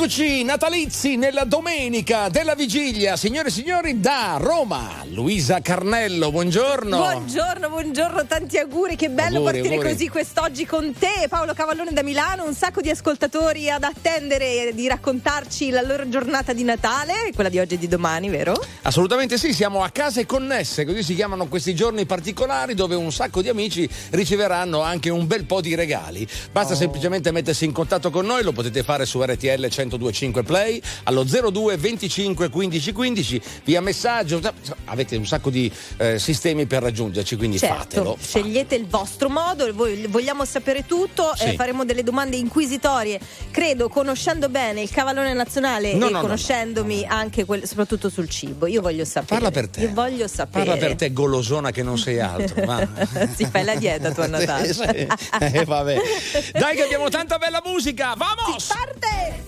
Eccoci natalizi nella domenica della vigilia, signore e signori, da Roma, Luisa Carnello, buongiorno. Buongiorno, tanti auguri, che bello partire così quest'oggi con te. Paolo Cavallone da Milano, un sacco di ascoltatori ad attendere di raccontarci la loro giornata di Natale, quella di oggi e di domani, vero? Assolutamente sì, siamo a Case Connesse, così si chiamano questi giorni particolari dove un sacco di amici riceveranno anche un bel po' di regali. Basta semplicemente mettersi in contatto con noi, lo potete fare su RTL 102.5 Play allo 02 25 15 15 via messaggio. Avete un sacco di sistemi per raggiungerci, quindi fatelo. Scegliete il vostro modo, vogliamo sapere tutto, sì. Faremo delle domande inquisitorie, credo, conoscendo bene il Cavallone Nazionale conoscendomi anche soprattutto sul cibo. Io voglio sapere. Parla per te. Io voglio sapere. Parla per te, golosona che non sei altro. Ma... si fai la dieta tu a Natale. sì. Vabbè. Dai che abbiamo tanta bella musica, vamos! Si parte!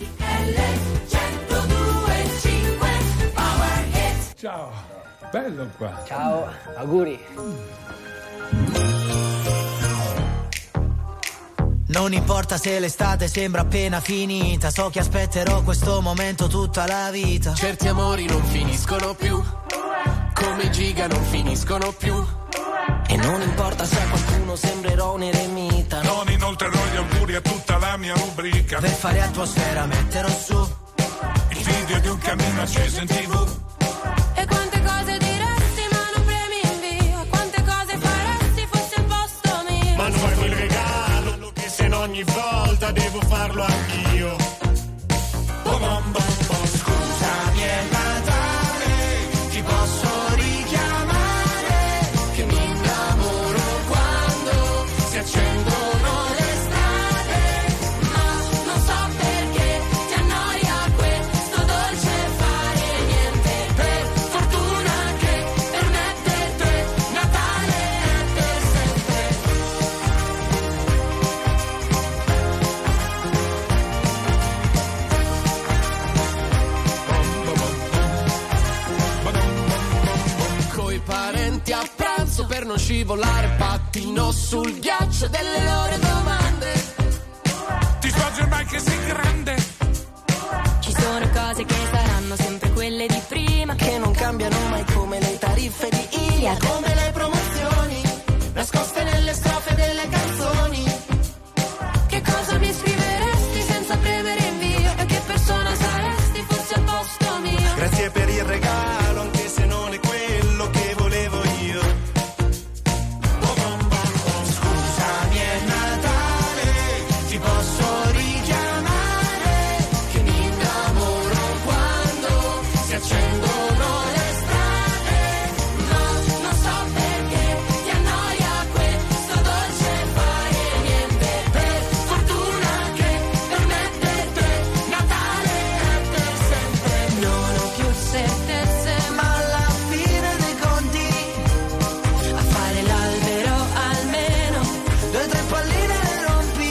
Ciao, bello qua. Ciao, auguri. Non importa se l'estate sembra appena finita, so che aspetterò questo momento tutta la vita. Certi amori non finiscono più, come giga non finiscono più. E non importa se a qualcuno sembrerò un eremita, Non inoltrerò gli auguri a tutta la mia rubrica. per fare atmosfera metterò su Il video di un cammino acceso in TV. E quante cose diresti ma non premi invio, quante cose faresti fosse il posto mio. Ma non fai quel regalo che se no ogni volta devo farlo anch'io. Bom bom bom bom. Scusami è Natale, ti posso richiamare, che mi innamoro quando si accendono le strade. Ma non so perché ti annoia questo dolce fare niente. Per fortuna che per me e per te Natale è per sempre. Coi parenti a pranzo per non scivolare, pattino sul ghiaccio delle loro domande. Ti sbagli ormai che sei grande. Ci sono cose che saranno sempre quelle di prima, che non cambiano mai, come le tariffe di Ilia, come le promozioni nascoste nelle strofe delle canzoni. Che cosa mi scriveresti senza premere invio, e che persona saresti fossi al posto mio. Grazie per il regalo, anche se non è quello che volevo io. Bom bom bom bom. Scusami è Natale, ti posso richiamare, che mi innamoro quando si accendono le strade. Ma non so perché ti annoia questo dolce fare niente. Per fortuna che per me e per te Natale è per sempre. Non ho più certezze, Ma alla fine dei conti, a fare l'albero almeno 2 o 3 palline le rompi.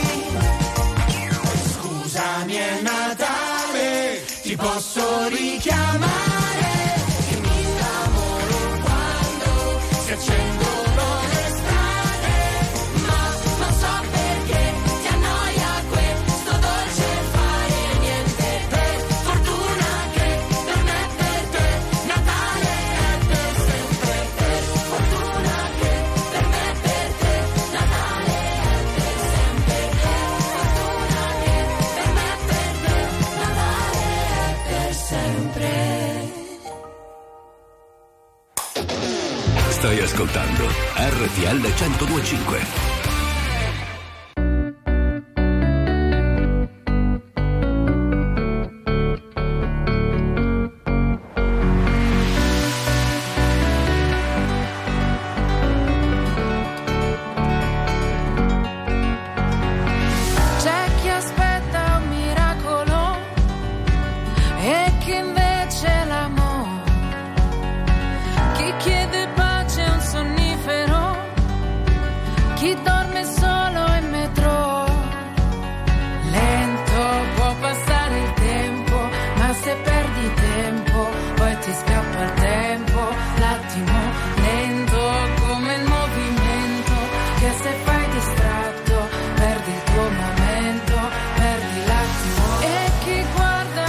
Scusami è Natale, ti posso richiamare, che mi innamoro quando si accendono le strade. ma non so perché ti annoia questo dolce fare niente. Per fortuna che per me e per te Natale è per sempre. Per fortuna che per me e per te Natale è per sempre. Per fortuna che per me e per te Natale è per sempre. Stai ascoltando RTL 102.5. C'è chi aspetta un miracolo e chi invece l'amore, chi chiede pace a un sonnifero, chi dorme solo in metro. Lento può passare il tempo, ma se perdi tempo poi ti scappa il tempo. L'attimo lento come il movimento, che se fai distratto perdi il tuo momento, perdi l'attimo. E chi guarda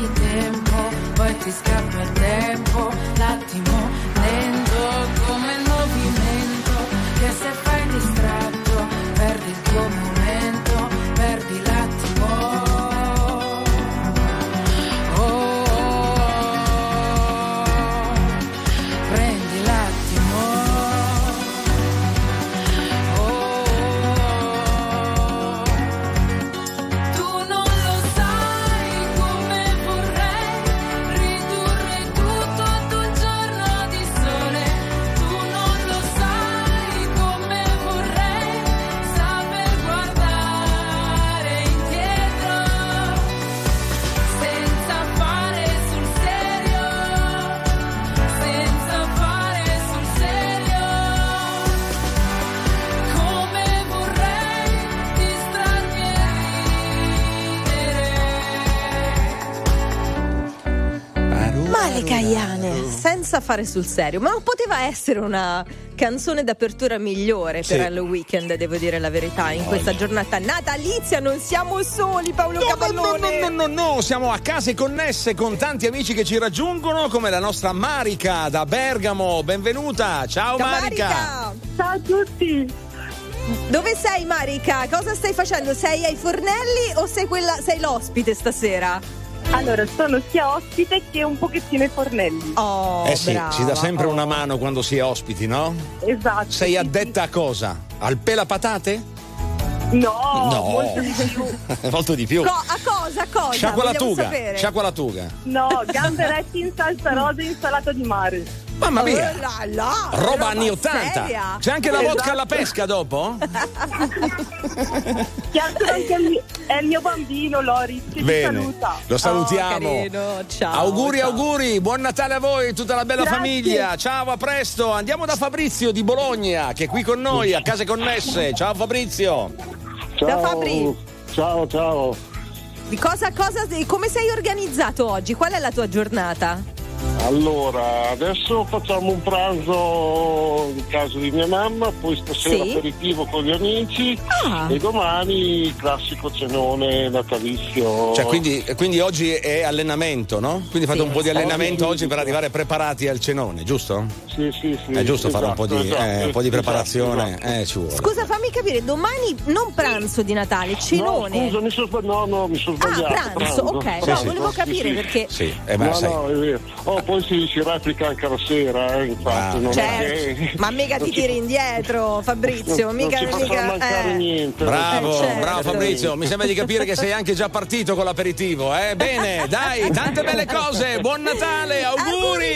di tempo, poi ti scappa il tempo, l'attimo lento come il movimento, che se fai distratto perdi il tuo momento, perdi l'attimo. Senza fare sul serio, ma non poteva essere una canzone d'apertura migliore per il weekend, devo dire la verità, in questa giornata natalizia. Non siamo soli, Paolo Cavallone. No, siamo a case connesse con tanti amici che ci raggiungono, come la nostra Marica da Bergamo. Benvenuta, ciao Marica. Ciao a tutti. Dove sei, Marica? Cosa stai facendo? Sei ai fornelli o sei sei l'ospite stasera? Allora, sono sia ospite che un pochettino ai fornelli. Oh, sì, brava, ci dà sempre una mano quando si è ospiti, no? Esatto. Sei addetta a cosa? Al pelapatate? No, molto di più. Molto di più. A cosa? Sciacqua la tuga. No, gamberetti in salsa rosa e insalata di mare. Mamma mia, roba anni 80. Seria. C'è anche la vodka alla pesca dopo? Chiaro anche è il mio bambino Loris, che Bene, ti saluta. lo salutiamo. Carino. Ciao. Auguri, buon Natale a voi e tutta la bella famiglia. Ciao, a presto. Andiamo da Fabrizio di Bologna, che è qui con noi a Case Connesse. Ciao Fabrizio. Ciao. Da Fabri. Ciao. Di come sei organizzato oggi? Qual è la tua giornata? Allora, adesso facciamo un pranzo in casa di mia mamma, poi stasera aperitivo con gli amici e domani il classico cenone natalizio. Cioè, quindi oggi è allenamento, no? Quindi fate un po' di allenamento oggi per arrivare preparati al cenone, giusto? Sì. È giusto fare un po' di preparazione. Esatto. Ci vuole. Scusa, fammi capire, domani non pranzo di Natale, cenone. No, scusa, mi sono sbagliato. Pranzo, ok. Volevo capire perché. Sì, è vero. Poi si replica anche la sera, infatti. Ma mica ti tiri indietro, Fabrizio. Non ci farà mancare niente. Bravo Fabrizio, mi sembra di capire che sei anche già partito con l'aperitivo, Bene, dai, tante belle cose, buon Natale, auguri!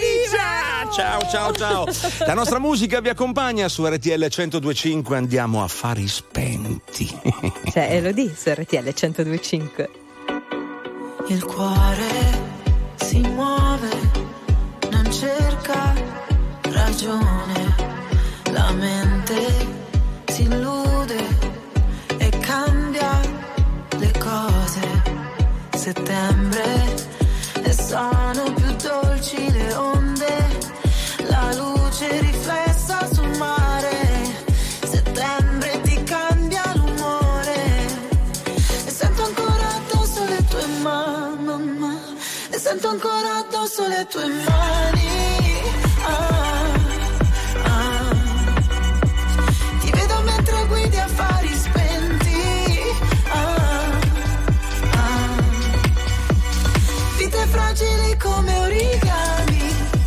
Ciao. La nostra musica vi accompagna su RTL 102.5, andiamo a Fari Spenti. Elodie su RTL 102.5. Il cuore si muove, non cerca ragione, la mente si illude e cambia le cose. Settembre e sono più dolci le onde, la luce riflessa sul mare. Settembre ti cambia l'umore e sento ancora addosso le tue mani. E sento ancora addosso le tue mani. Ti vedo mentre guidi a fari spenti. Vite fragili come origami.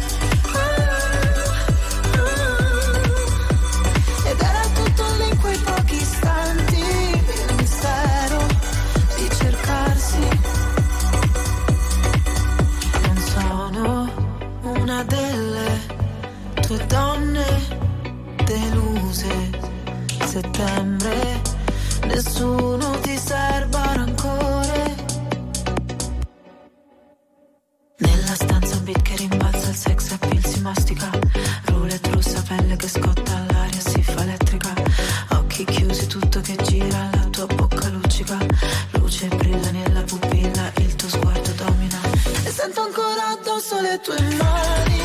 Ed era tutto lì in quei pochi istanti. Il mistero di cercarsi. Una delle tue donne deluse. Settembre, nessuno ti serba rancore. Nella stanza un beat che rimbalza, il sex appeal si mastica. Roulette russa, pelle che scotta, l'aria si fa elettrica. Occhi chiusi, tutto che gira, la tua bocca luccica. Luce brilla nella pupilla, il tuo sguardo domina. E sento ancora addosso le tue mani.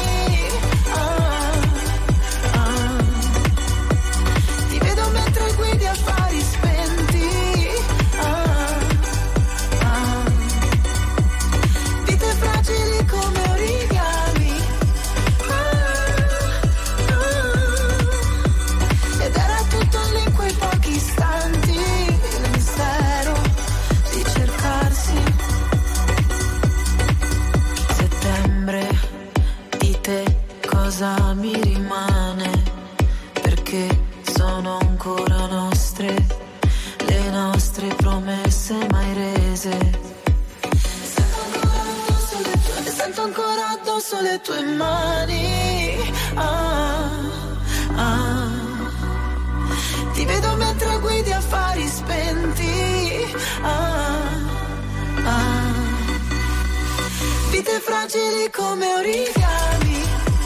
Ti vedo mentre guidi a fari spenti. mi rimane, perché sono ancora nostre, le nostre promesse mai rese. Sento ancora addosso le tue mani, ti vedo mentre guidi affari spenti, vite fragili come origami,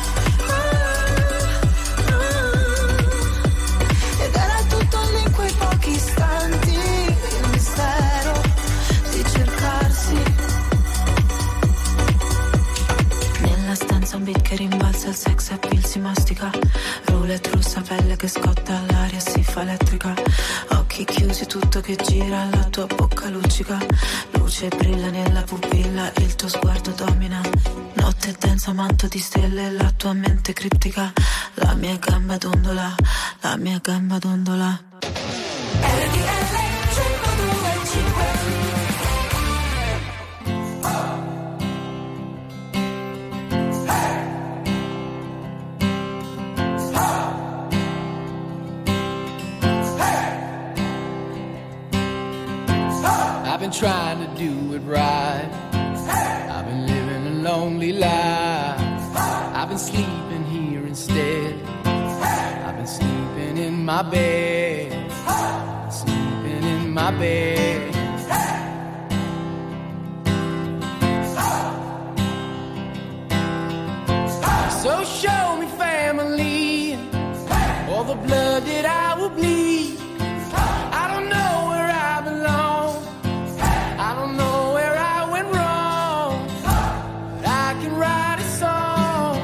ed era tutto lì in quei pochi istanti, il mistero di cercarsi. Nella stanza un beat che rimbalza, il sex appeal si mastica, roulette russa, pelle che scotta, l'aria si fa elettrica, occhi chiusi, tutto che gira, la tua bocca luccica, luce brilla nella pupilla, il tuo sguardo domina, notte densa, manto di stelle, la tua mente criptica, la mia gamba dondola, la mia gamba dondola. I've been trying to do it right. I've been living a lonely life. I've been sleeping here instead. I've been sleeping in my bed. Sleeping in my bed. So show me family, all the blood that I will bleed. I don't know where I belong. I don't know where I went wrong, but I can write a song.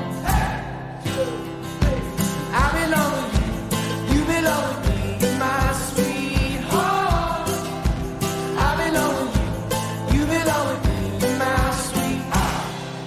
I belong with you, you belong with me, my sweetheart. I belong with you, you belong with me, my sweetheart.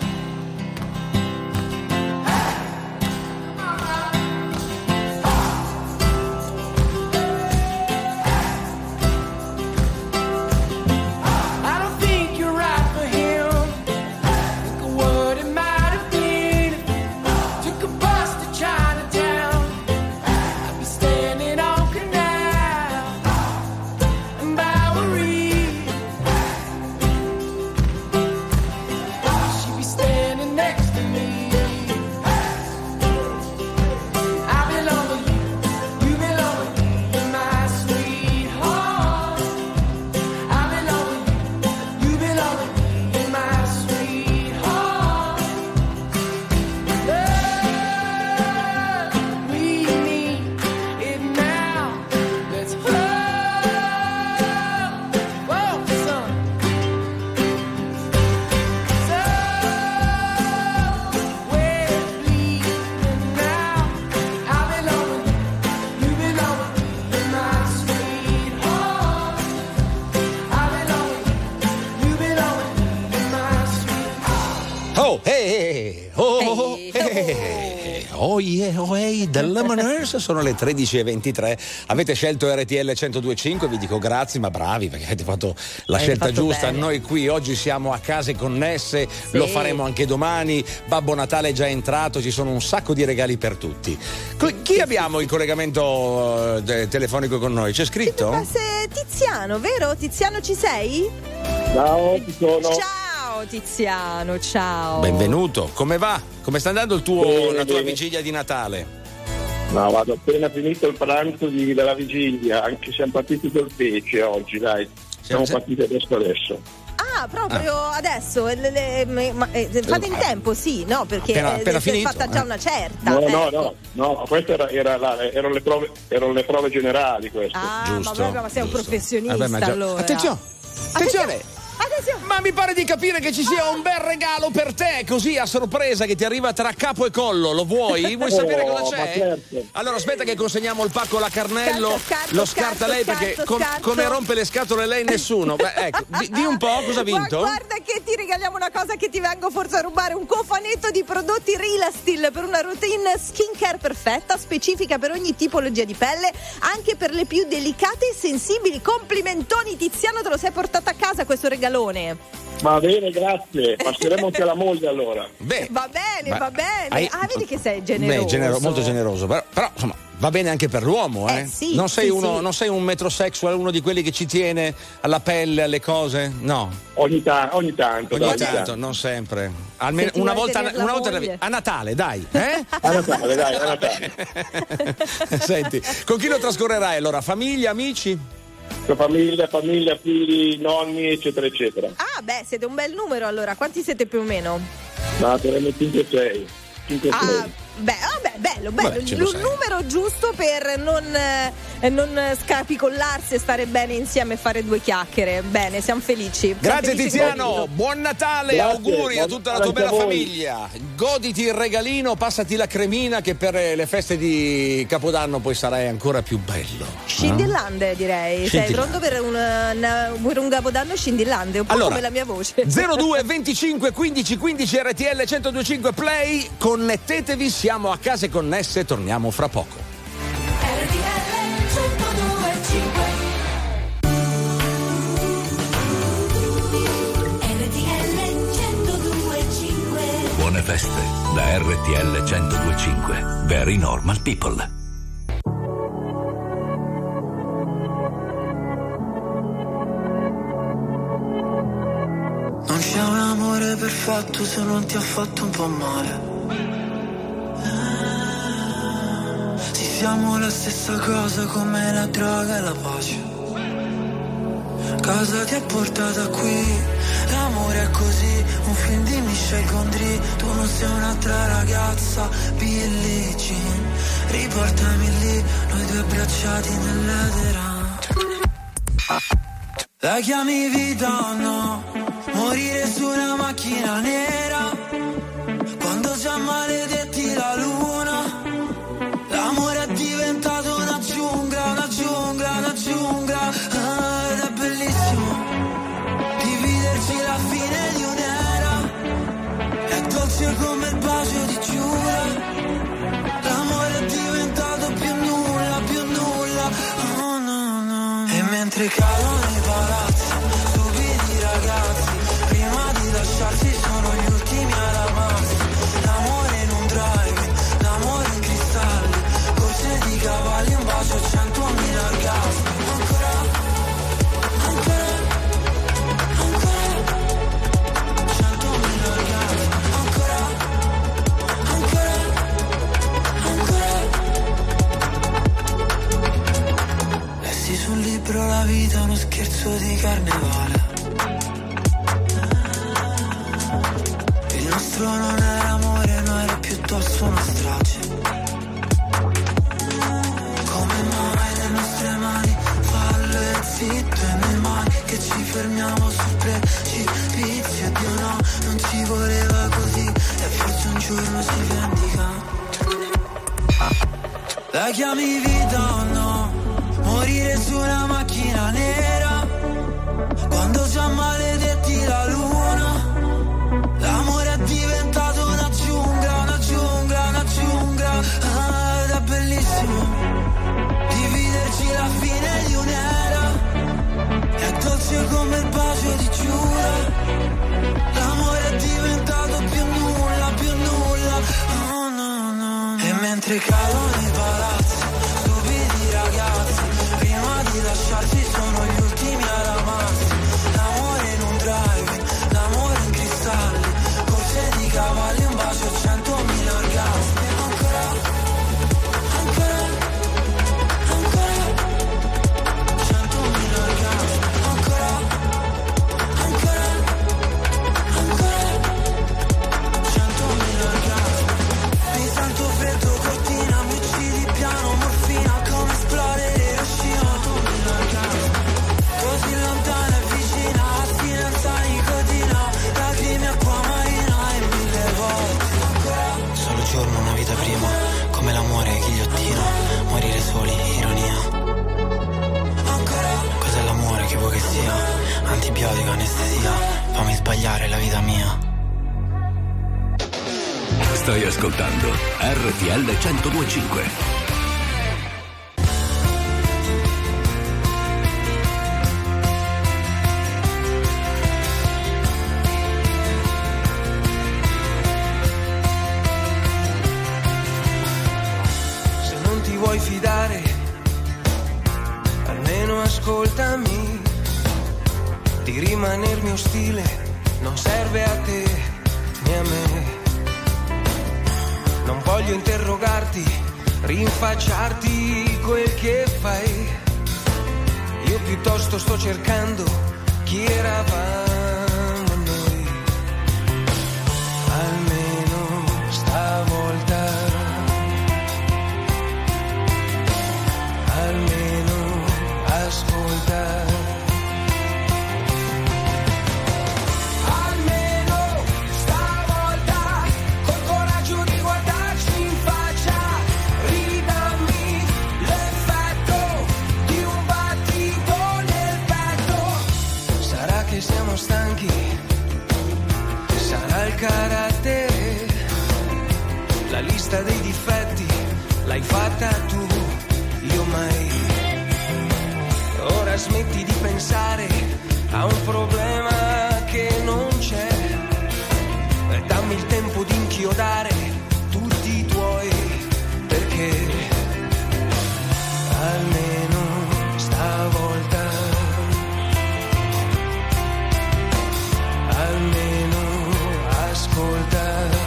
I don't think you're right for him. Think of what it might have been. Took a bus to Chinatown. I'd be standing on Canal and Bowery. She'd be standing next to me. I belong with you, you belong with me, my sweetheart. I belong with you, you belong with me, my sweetheart. Love, we need it now. Let's hold, whoa, son. So, we're bleeding now. I belong with you, you belong with me, my sweetheart. I belong with you, you belong with me, my sweetheart. Oh, hey, oh, hey. Oh yeah, oh hey, The Lemoners. Sono le 13:23. Avete scelto RTL 102.5, vi dico grazie, ma bravi, perché avete fatto la scelta fatto giusta. bene. Noi qui oggi siamo a case connesse, lo faremo anche domani. Babbo Natale è già entrato, ci sono un sacco di regali per tutti. Chi abbiamo in collegamento telefonico con noi? C'è scritto? È Tiziano, vero? Tiziano, ci sei? Ciao, ci sono. Ciao Tiziano, ciao. Benvenuto, come va? Come sta andando la tua Bene. vigilia di Natale? No, vado appena finito il pranzo della vigilia, anche siamo partiti col pesce oggi, dai. Siamo partiti adesso. Ah, proprio adesso? Fate in tempo, sì, no? Perché appena si è finito, fatta già una certa. No, queste erano le prove generali queste. Ah, Giusto, ma sei un professionista. Vabbè, ma già- allora. Attenzione! Ma mi pare di capire che ci sia un bel regalo per te, così a sorpresa, che ti arriva tra capo e collo. Lo vuoi? Vuoi sapere cosa c'è? Certo. Allora aspetta che consegniamo il pacco alla Carnello. Lo scarta lei perché scarto. come rompe le scatole lei nessuno. Beh, ecco, di un po' cosa ha vinto? Guarda che ti regaliamo una cosa che ti vengo forse a rubare, un cofanetto di prodotti Relastil per una routine skincare perfetta, specifica per ogni tipologia di pelle, anche per le più delicate e sensibili. Complimentoni Tiziano, te lo sei portato a casa questo regalone. Cavallone. Va bene, grazie. Passeremo anche alla moglie allora. Beh, va bene. Vedi che sei generoso. Molto generoso. Però insomma, va bene anche per l'uomo, eh? Sì, non sei sì. Non sei un metrosexual, uno di quelli che ci tiene alla pelle, alle cose? No. Ogni tanto, non sempre. Almeno una volta a Natale, dai. A Natale. Senti, con chi lo trascorrerai allora? Famiglia, amici? Famiglia, figli, nonni, eccetera, eccetera. Ah, beh, siete un bel numero allora. Quanti siete più o meno? Ma saremo 5-6. Bello. Un numero giusto per non scapicollarsi e stare bene insieme e fare due chiacchiere. Bene, siamo felici. Grazie Tiziano, buon Natale, auguri a tutta la tua bella famiglia. Goditi il regalino, passati la cremina che per le feste di Capodanno poi sarai ancora più bello. Scindillande direi. Sei pronto per un Capodanno scindillande, un po' come la mia voce. 02 25 15 15 RTL 102.5 Play, connettetevi, siamo a Case Connesse, torniamo fra poco. Buone feste da RTL 102.5. Very normal people. Non c'è un amore perfetto se non ti ha fatto un po' male. Siamo la stessa cosa come la droga e la pace. Cosa ti ha portata qui? L'amore è così, un film di Michel Gondry. Tu non sei un'altra ragazza, Billie Jean. Riportami lì, noi due abbracciati nell'edera. La chiami vita o no? Morire su una macchina nera, quando già maledetti la luna. L'amore è diventato una giungla, ed è bellissimo dividerci la fine di un'era. È dolce come il bacio di Giura. L'amore è diventato più nulla, oh no. E mentre cadono i palazzi, stupidi ragazzi, prima di lasciarsi sono gli ultimi ad amarsi. L'amore in un drive, l'amore in cristalli, corse di cavalli, un bacio, 100.000 orgasmi. Ancora 100.000 orgasmi. Ancora. Lessi sul libro La vita è uno scherzo di carnevale. Il nostro non era amore, no, era piuttosto una strage. Come mai le nostre mani fallo e zitto, e noi mai che ci fermiamo sul precipizio. Dio no, non ci voleva così, e forse un giorno si vendica. La chiami vita o no? Morire su una macchina nera, quando già maledetti la luna. L'amore è diventato una giungla, ed è bellissimo dividerci la fine di un'era. È dolce come il bacio di Giura. L'amore è diventato più nulla, oh no. E mentre cadono i palazzi, stupidi ragazzi, prima di lasciarsi sono gli ultimi ad amarsi. L'amore in un drive, l'amore in cristalli, corse di cavalli, un bacio, 100.000 orgasmi. Ancora 100.000 orgasmi. Ancora 100.000 orgasmi. Mi sento freddo, cortina, mi uccidi piano, morfina, come esplodere Hiroshima. 100.000 orgasmi. Così lontana e vicina, astinenza, nicotina, lacrime, acqua marina e 1000 volte. Solo giorno, una vita prima, come l'amore, ghigliottina, morire soli, ironia. Cos'è l'amore, che vuoi che sia? Antibiotico, anestesia, fammi sbagliare la vita mia. Stai ascoltando RTL 102.5. vuoi fidare, almeno ascoltami. Di rimanermi ostile non serve a te né a me. Non voglio interrogarti, rinfacciarti quel che fai. Io piuttosto sto cercando chi eravamo noi. Almeno stavolta, almeno ascolta. Siamo stanchi, sarà il carattere, la lista dei difetti l'hai fatta tu, io mai. Ora smetti di pensare a un problema che non c'è, e dammi il tempo di inchiodare tutti i tuoi perché, almeno stavolta, almeno ascolta.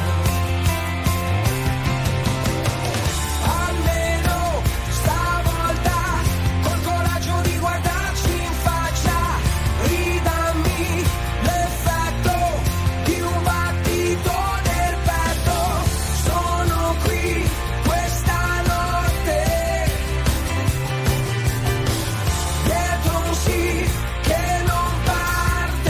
Almeno stavolta, col coraggio di guardarci in faccia, ridammi l'effetto di un battito nel petto. Sono qui questa notte, dietro un sì che non parte.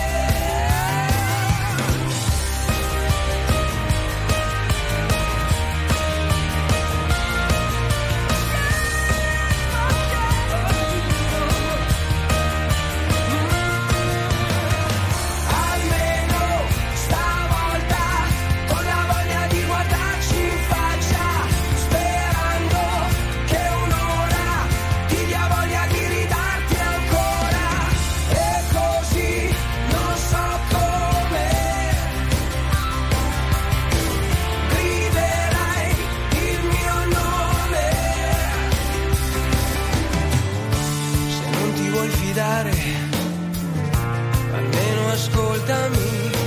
Almeno stavolta, con la voglia di guardarci in faccia, sperando che un'ora ti dia voglia di ridarti ancora. E così non so come griderai il mio nome. Se non ti vuoi fidare, almeno ascoltami.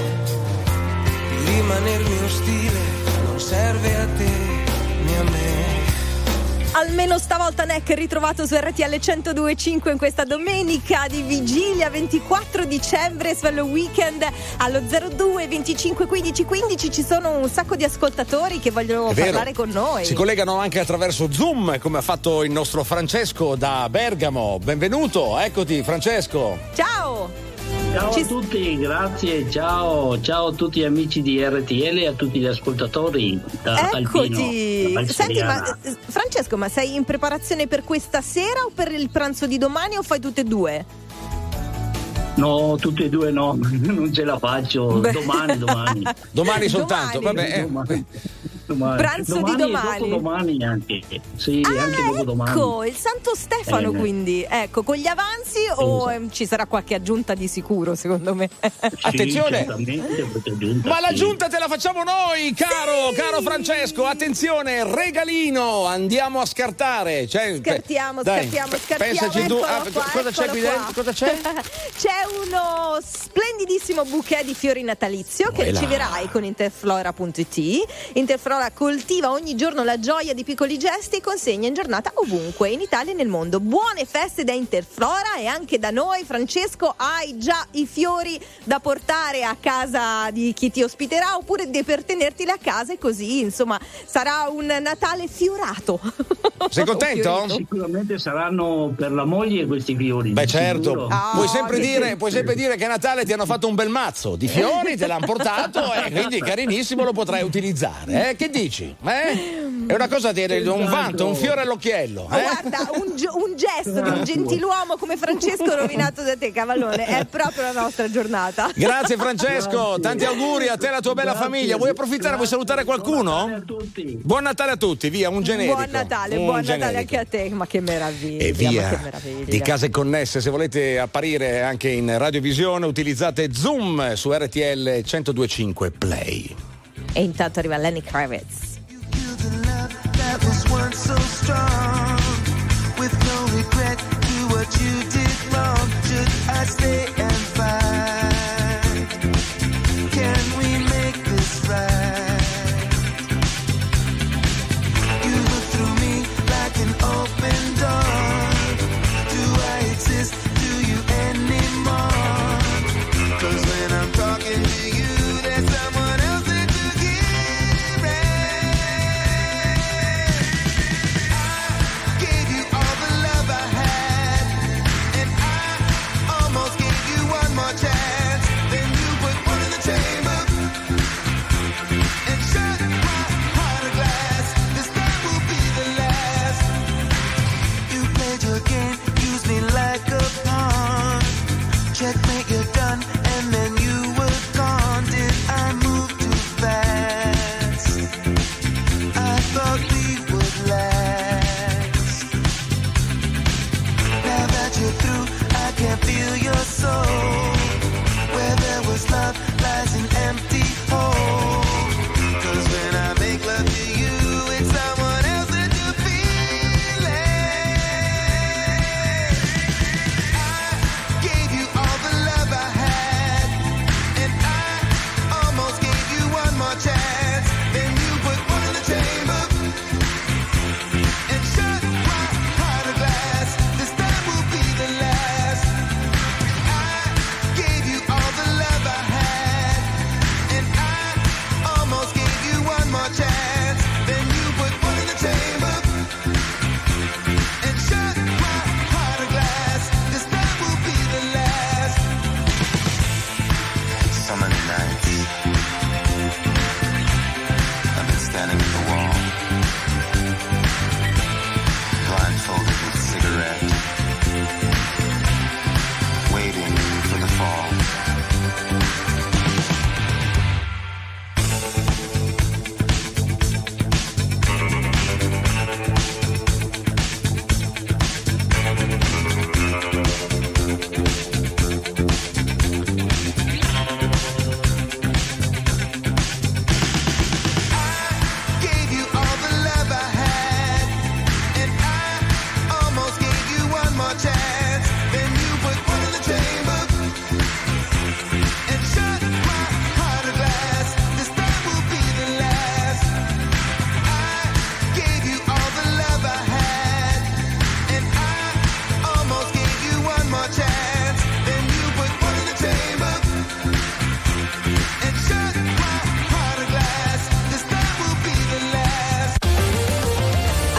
Di rimanermi ostile non serve a te né a me. Almeno stavolta Neck ritrovato su RTL 102.5 in questa domenica di vigilia 24 dicembre, sul weekend. Allo 02 25 15 15 ci sono un sacco di ascoltatori che vogliono parlare con noi. Si collegano anche attraverso Zoom, come ha fatto il nostro Francesco da Bergamo. Benvenuto, eccoti Francesco. Ciao. Ciao a tutti, grazie, ciao a tutti gli amici di RTL e a tutti gli ascoltatori da Eccoti. Alpino. Senti, ma Francesco, ma sei in preparazione per questa sera o per il pranzo di domani o fai tutte e due? No, tutte e due no, non ce la faccio. Domani. Domani soltanto, vabbè. Pranzo domani di domani. E dopodomani anche. Sì, anche dopodomani. Ecco, il Santo Stefano quindi. Ecco, con gli avanzi o ci sarà qualche aggiunta di sicuro, secondo me. Attenzione. Ma sì. l'aggiunta te la facciamo noi, caro Francesco. Attenzione, regalino, andiamo a scartare. Scartiamo. Pensaci tu. Cosa c'è qui dentro? Cosa c'è? C'è uno splendidissimo bouquet di fiori natalizio che riceverai con interflora.it. Interflora coltiva ogni giorno la gioia di piccoli gesti e consegna in giornata ovunque, in Italia e nel mondo. Buone feste da Interflora e anche da noi. Francesco, hai già i fiori da portare a casa di chi ti ospiterà oppure per tenerteli a casa, e così insomma sarà un Natale fiorato. Sei contento? Sicuramente saranno per la moglie questi fiori. Beh, certo. Puoi sempre dire che a Natale ti hanno fatto un bel mazzo di fiori, te l'hanno portato e quindi carinissimo, lo potrai utilizzare. Che dici? È una cosa di un vanto, un fiore all'occhiello. Guarda, un gesto di un gentiluomo come Francesco rovinato da te, Cavallone. È proprio la nostra giornata. Grazie Francesco, tanti auguri a te e alla tua bella famiglia. Vuoi approfittare, vuoi salutare qualcuno? Buon Natale a tutti, via, un generico. Buon Natale anche a te, ma che meraviglia. E via di Case Connesse. Se volete apparire anche in radiovisione utilizzate Zoom su RTL 102.5 Play. E intanto arriva Lenny Kravitz. That was once so strong.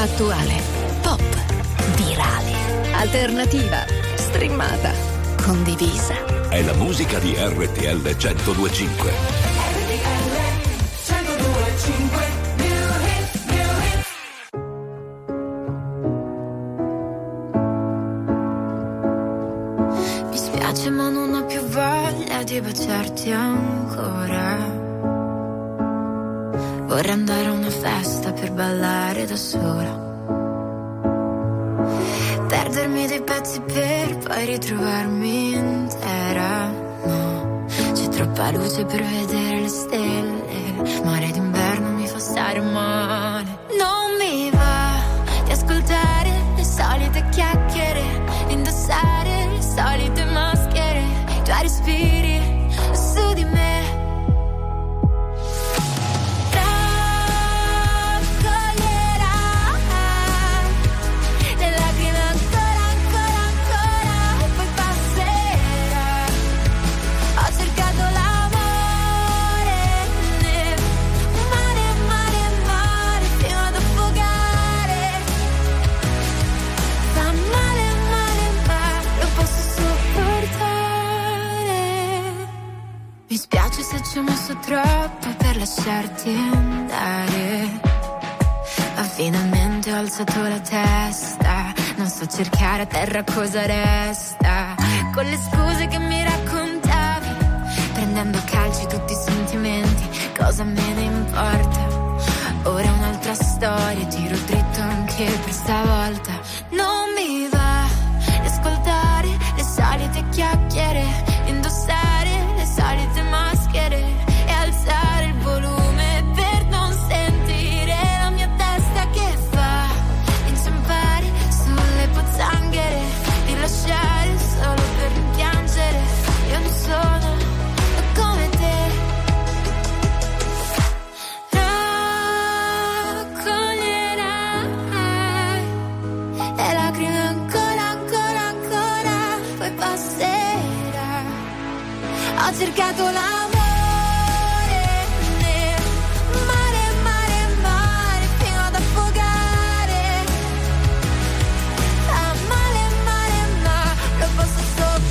Attuale, pop, virale, alternativa, streamata, condivisa. È la musica di RTL 102.5. Mi spiace ma non ho più voglia di baciarti ancora. Vorrei andare a una festa per ballare da sola, perdermi dei pezzi per poi ritrovarmi intera. No, c'è troppa luce per vedere le stelle, mare d'inverno mi fa stare male. Non mi va di ascoltare le solite chiacchiere, indossare le solite maschere, i tuoi respiri su di me. Mi spiace se ci ho messo troppo per lasciarti andare, ma finalmente ho alzato la testa, non so cercare a terra cosa resta, con le scuse che mi raccontavi, prendendo a calci tutti i sentimenti, cosa me ne importa, ora è un'altra storia, tiro dritto anche per stavolta. Non mi va di ascoltare le solite chiacchiere, indossare le solite maschere e alzare il volume per non sentire la mia testa che fa inciampare sulle pozzanghere, di lasciare solo per rimpiangere. Io non sono come te. Raccoglierai le lacrime ancora, ancora, ancora, poi passerà. Ho cercato l'amore nel mare, mare, mare, fino ad affogare. Fa male, male, ma lo posso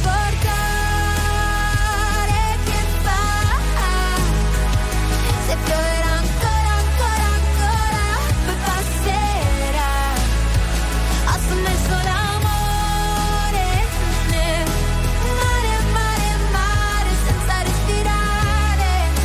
sopportare. Che fa? Se pioverà ancora, ancora, ancora, poi passerà. Ho sommesso l'amore nel mare, mare, mare, senza respirare.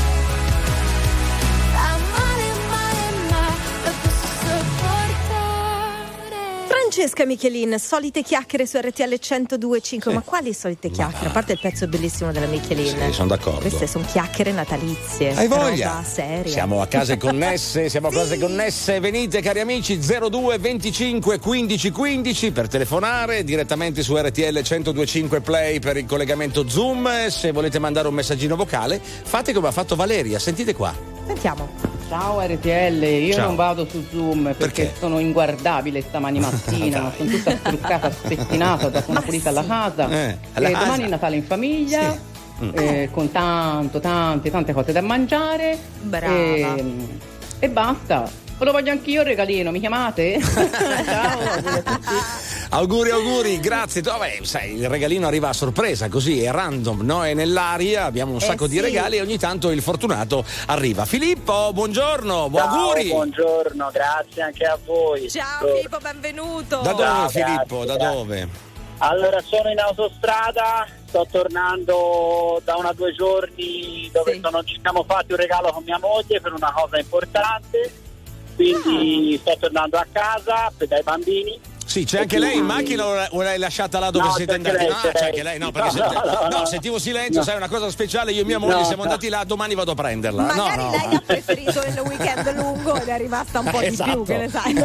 Fa male, male, ma lo posso sopportare. Francesca Michelin, solite chiacchiere su RTL 102.5. Ma quali solite chiacchiere? A parte il pezzo bellissimo della Michelin. Sì, sono d'accordo. Queste sono chiacchiere natalizie. Hai voglia? Roba seria. Siamo a case connesse, siamo a case connesse. Venite cari amici, 02 25 15 15 per telefonare, direttamente su RTL 102.5 Play per il collegamento Zoom. Se volete mandare un messaggino vocale, fate come ha fatto Valeria, sentite qua. Sentiamo. Ciao RTL, io Ciao. non vado su Zoom perché sono inguardabile stamani mattina, sono tutta struccata, spettinata, da sono pulita alla casa. alla casa. Domani è Natale in famiglia, con tante cose da mangiare. Brava. E basta. Lo voglio anch'io il regalino, mi chiamate? Ciao, auguri a tutti. Auguri, grazie. Vabbè, sai, il regalino arriva a sorpresa, così è random, no? È nell'aria, abbiamo un sacco di regali e ogni tanto il fortunato arriva. Filippo, buongiorno, auguri. Buongiorno, grazie anche a voi. Ciao Filippo, benvenuto. Da dove Ciao, Filippo? grazie, Da dove? Allora, sono in autostrada, sto tornando da 1 o 2 giorni dove ci siamo fatti un regalo con mia moglie per una cosa importante, quindi sto tornando a casa dai bambini. Sì, c'è anche lei in macchina o l'hai lasciata là dove siete andati? C'è anche lei, no, perché no, sentivo silenzio, sai, una cosa speciale, io e mia moglie siamo andati là, domani vado a prenderla. Magari lei ha preferito il weekend lungo ed è rimasta un po' di più, che ne sai.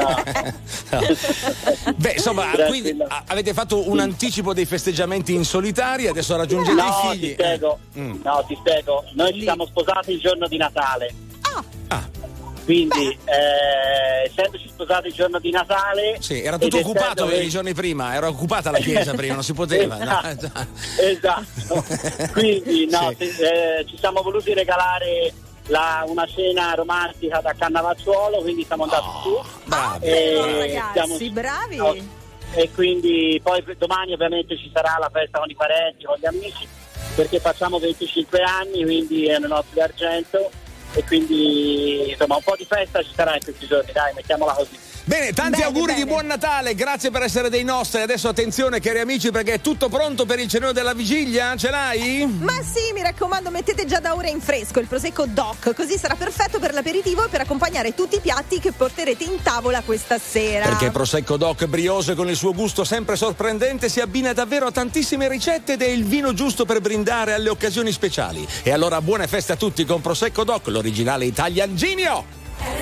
Beh, insomma, quindi avete fatto un anticipo dei festeggiamenti in solitaria, adesso raggiungete i figli. Ti spiego. No, ti spiego. Noi ci siamo sposati il giorno di Natale. Quindi, essendoci sposati il giorno di Natale. Sì, era tutto occupato i giorni prima, era occupata la chiesa prima, non si poteva. Esatto. Quindi, ci siamo voluti regalare una cena romantica da Cannavacciuolo, quindi siamo andati su. Ragazzi, bravi! E quindi poi domani ovviamente ci sarà la festa con i parenti, con gli amici, perché facciamo 25 anni, quindi è una notte d'argento e quindi insomma un po' di festa ci sarà in questi giorni, dai, mettiamola così. Bene, tanti auguri di buon Natale, grazie per essere dei nostri. Adesso attenzione cari amici, perché è tutto pronto per il cenone della vigilia? Ce l'hai? Ma sì, mi raccomando, mettete già da ora in fresco il Prosecco Doc, così sarà perfetto per l'aperitivo e per accompagnare tutti i piatti che porterete in tavola questa sera. Perché Prosecco Doc Briose, con il suo gusto sempre sorprendente, si abbina davvero a tantissime ricette ed è il vino giusto per brindare alle occasioni speciali. E allora buone feste a tutti con Prosecco Doc, l'originale Italian Genio.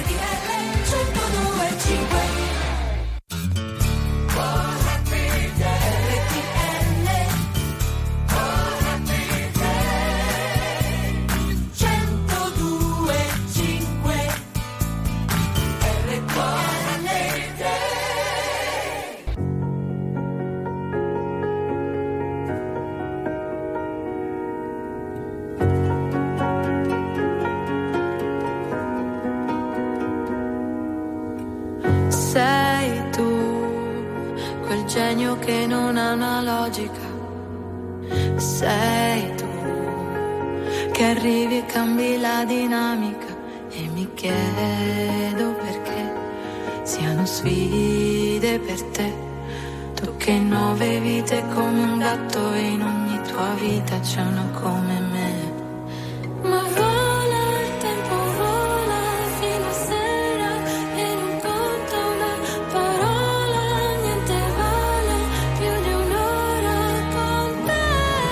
Sei tu, quel genio che non ha una logica. Sei tu, che arrivi e cambi la dinamica. E mi chiedo perché siano sfide per te. Tu che 9 vite come un gatto e in ogni tua vita c'è una come me. Ma vola il tempo, vola fino a sera e non conta una parola, niente vale più di un'ora con te.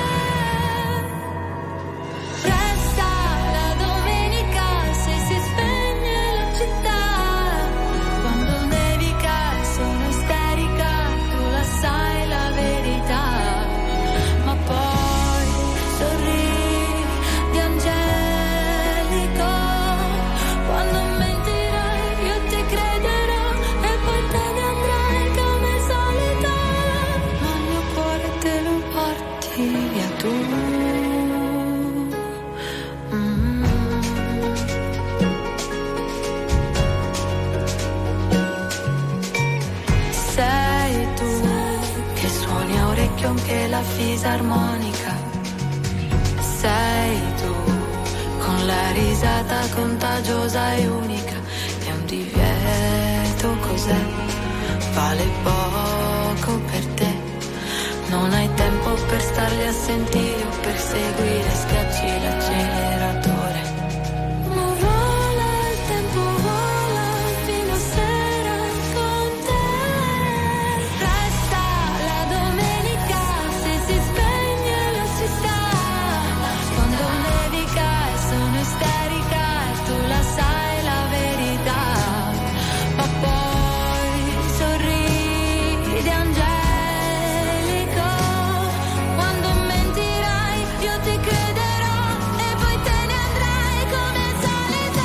Resta la domenica se si spegne la città, quando nevica sono isterica, tu la sai la verità, ma poi sorridi angelico, quando mentirai io ti crederò e poi te ne andrai come al solito, ma il mio cuore te lo porti via tu. Sei tu che suoni a orecchio anche la fisarmonica. Sei tu con la risata contagiosa e unica. È un divieto, cos'è? Vale poco per te. Non hai tempo per starli a sentire o per seguire, schiacci l'acceleratore. Ma vola il tempo, vola fino a sera con te. Resta la domenica se si spegne la città, quando nevica e sono isterica e tu la sai la verità, ma poi sorridi angelico, quando mentirai io ti crederò e poi te ne andrai come al solito.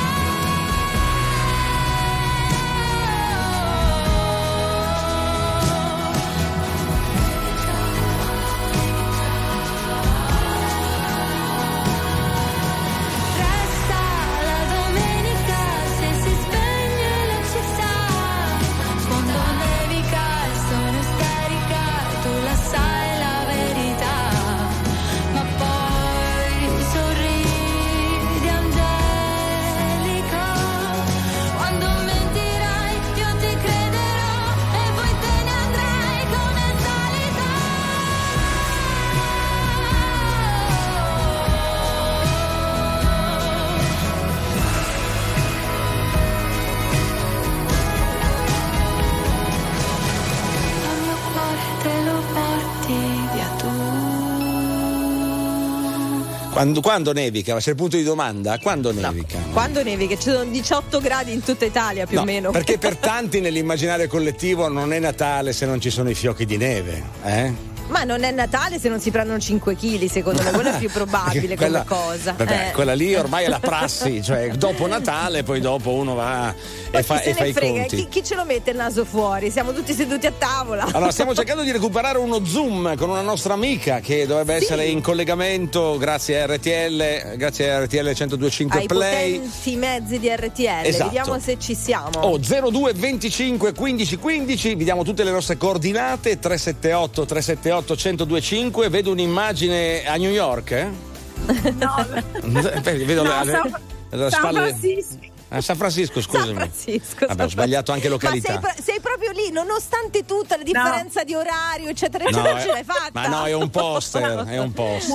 Resta la domenica se si spegne la città, quando nevica e sono isterica e tu la sai la verità, ma poi sorridi angelico, quando mentirai io ti crederò e poi te ne andrai come al solito. Il mio cuore te lo porti via tu. Quando nevica? C'è il punto di domanda? Quando nevica? Quando nevica? Ci sono 18 gradi in tutta Italia più o meno. Perché per tanti nell'immaginario collettivo non è Natale se non ci sono i fiocchi di neve, eh? Ma non è Natale se non si prendono 5 kg, secondo me, quello è più probabile come cosa. Vabbè, quella lì ormai è la prassi, cioè dopo Natale poi dopo uno va e fa i conti. Chi ce lo mette il naso fuori? Siamo tutti seduti a tavola. Allora, stiamo cercando di recuperare uno Zoom con una nostra amica che dovrebbe essere in collegamento grazie a RTL 102.5 ai Play. potenti mezzi di RTL. Esatto. Vediamo se ci siamo. 02 25 15 15, vi diamo tutte le nostre coordinate. 378 1025. Vedo un'immagine a New York, eh? No, vedo San Francisco. San Francisco, scusami. Vabbè, ho sbagliato anche località. Ma sei proprio lì, nonostante tutta la differenza di orario, eccetera, eccetera, ce l'hai fatta. Ma no, è un poster, è un poster.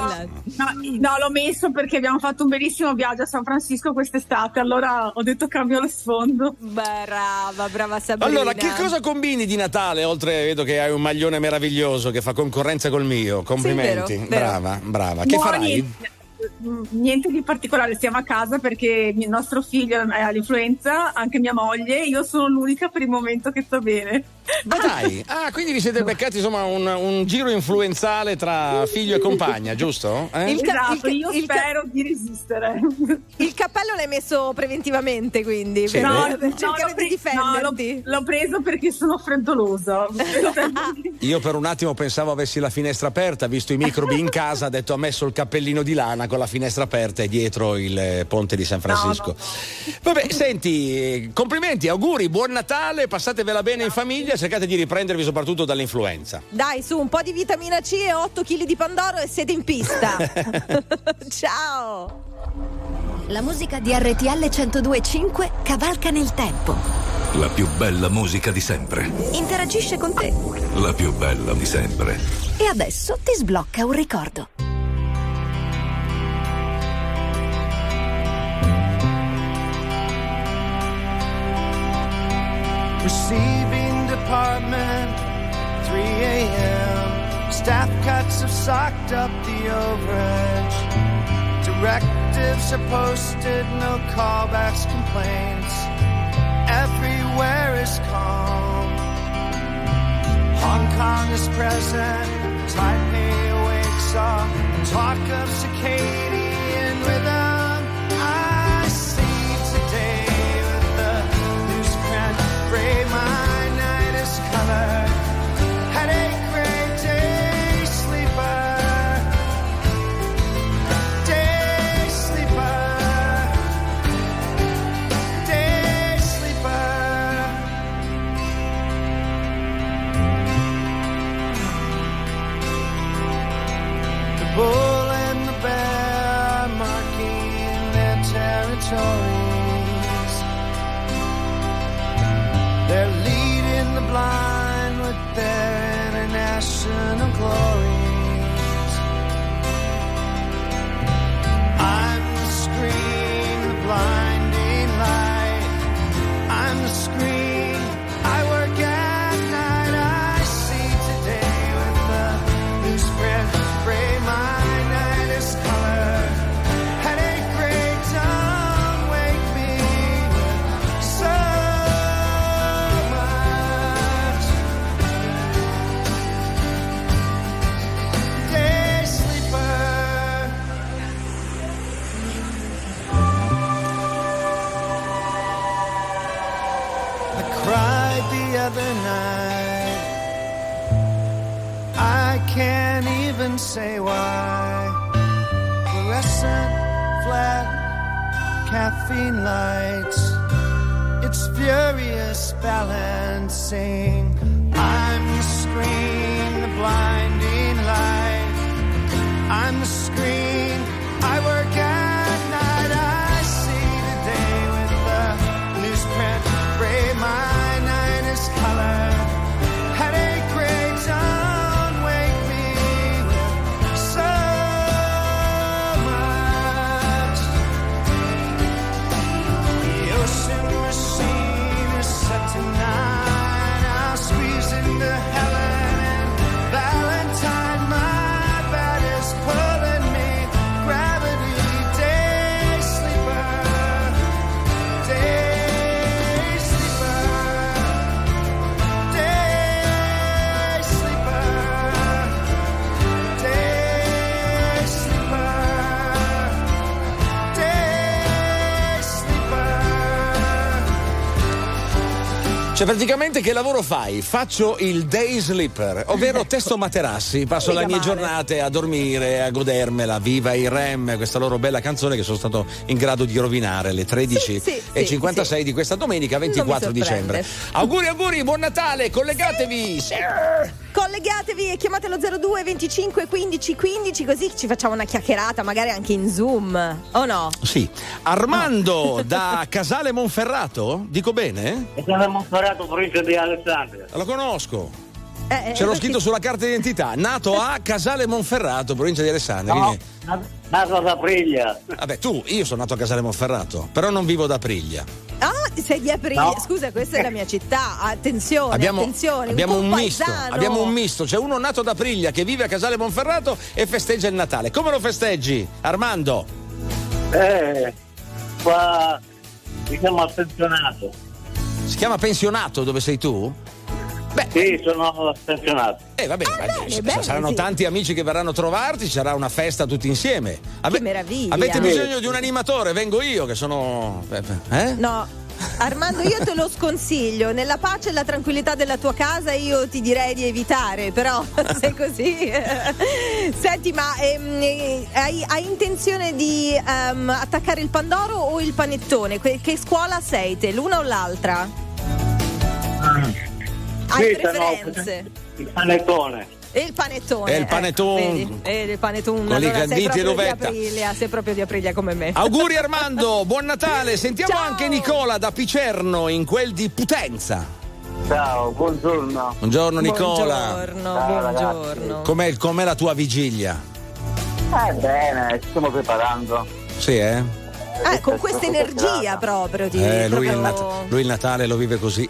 No, l'ho messo perché abbiamo fatto un bellissimo viaggio a San Francisco quest'estate, allora ho detto cambio lo sfondo. Brava Sabrina. Allora, che cosa combini di Natale? Oltre, vedo che hai un maglione meraviglioso che fa concorrenza col mio. Complimenti. Sì, vero. Brava. Che farai? Niente di particolare, stiamo a casa perché il nostro figlio ha l'influenza, anche mia moglie, io sono l'unica per il momento che sta bene. Ma dai, quindi vi siete beccati insomma un giro influenzale tra figlio e compagna, giusto? Esatto, io spero di resistere. Il cappello l'hai messo preventivamente, quindi sì, per cercare di difenderti. L'ho preso perché sono freddolosa. Io per un attimo pensavo avessi la finestra aperta, visto i microbi in casa, ho detto ha messo il cappellino di lana con la finestra aperta e dietro il ponte di San Francisco. Vabbè, senti, complimenti, auguri, buon Natale, passatevela bene in famiglia, cercate di riprendervi soprattutto dall'influenza. Dai, su un po' di vitamina C e 8 kg di pandoro e siete in pista. Ciao. La musica di RTL 102.5 cavalca nel tempo. La più bella musica di sempre. Interagisce con te. La più bella di sempre. E adesso ti sblocca un ricordo. Receiving department, 3 a.m. Staff cuts have socked up the overage. Directives are posted, no callbacks, complaints. Everywhere is calm. Hong Kong is present, Taipei awakes all talk of circadian rhythm. I see today with the newsprint gray, my night is colored. Headache, gray, day sleeper. Day sleeper. Day sleeper. The bull and the bear are marking their territories. They're leading the blind with their international glories. I'm the screen, the blinding light. I'm the screen, I work at night. I see today with the newsprint gray, my night is colored. Headache, gray, don't wake me with so much. Day sleeper. I cried the other night. I can't even say why. Fluorescent, flat, caffeine lights. It's furious balancing. I'm the screen, the blinding light. I'm the screen, I work at night. I see the day with the newsprint gray, my night is colored. Headache, gray, don't wake me with so much. The ocean machine is set tonight. I'll squeeze into Helen and Valentine. My bed is pulling Cioè praticamente che lavoro fai? Faccio il day sleeper, ovvero testo materassi, passo le mie giornate a dormire, a godermela, viva i Rem, questa loro bella canzone che sono stato in grado di rovinare alle 13:56 di questa domenica 24 dicembre. Auguri, buon Natale, collegatevi! Collegatevi e chiamate lo 02 25 15 15 così ci facciamo una chiacchierata, magari anche in Zoom, o no? Sì. Armando da Casale Monferrato, dico bene? Casale Monferrato, provincia di Alessandria. Lo conosco. Ce l'ho scritto sulla carta d'identità, nato a Casale Monferrato, provincia di Alessandria. No, nato ad Aprilia. Vabbè, io sono nato a Casale Monferrato, però non vivo ad Aprilia. Ah, sei di Aprilia. No. Scusa, questa è la mia città. Attenzione, abbiamo un misto. paesano. Abbiamo un misto. C'è uno nato ad Aprilia che vive a Casale Monferrato e festeggia il Natale. Come lo festeggi, Armando? Qua si chiama pensionato. Si chiama pensionato dove sei tu? Beh, sì, sono pensionato. Saranno tanti amici che verranno a trovarti, ci sarà una festa tutti insieme. Che meraviglia. Avete bisogno di un animatore? Vengo io che sono. No. Armando, io te lo sconsiglio, nella pace e la tranquillità della tua casa io ti direi di evitare, però se così. Senti, ma hai intenzione di attaccare il pandoro o il panettone? Che scuola sei te, l'una o l'altra? Hai preferenze? Il panettone. E il panettone. E il panettone. Il panettone. Con Allora, i canditi e l'uvetta. Sei proprio di Aprilia come me. Auguri Armando, buon Natale. Sentiamo anche Nicola da Picerno, in quel di Putenza. Ciao, buongiorno. Buongiorno Nicola. Buongiorno. Com'è la tua vigilia? Bene, ci stiamo preparando. Sì, con questa energia proprio lui il Natale lo vive così.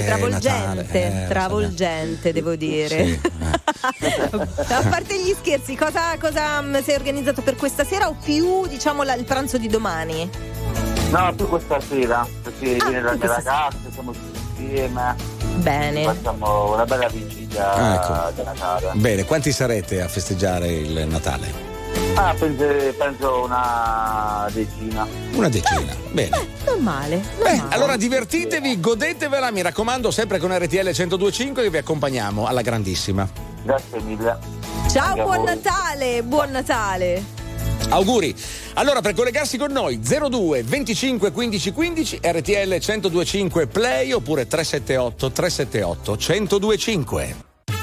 Travolgente, devo dire. Sì. A parte gli scherzi, cosa sei organizzato per questa sera o più diciamo il pranzo di domani? No, più questa sera, perché viene la mia ragazza, siamo tutti insieme. Bene. Facciamo una bella vigilia di Natale. Bene, quanti sarete a festeggiare il Natale? Penso una decina. Una decina, bene. Non male. Allora divertitevi, godetevela, mi raccomando, sempre con RTL 102.5 che vi accompagniamo alla grandissima. Grazie mille. Ciao, buon Natale. Auguri. Allora, per collegarsi con noi 02 25 15 15 RTL 102.5 Play oppure 378 378 102.5.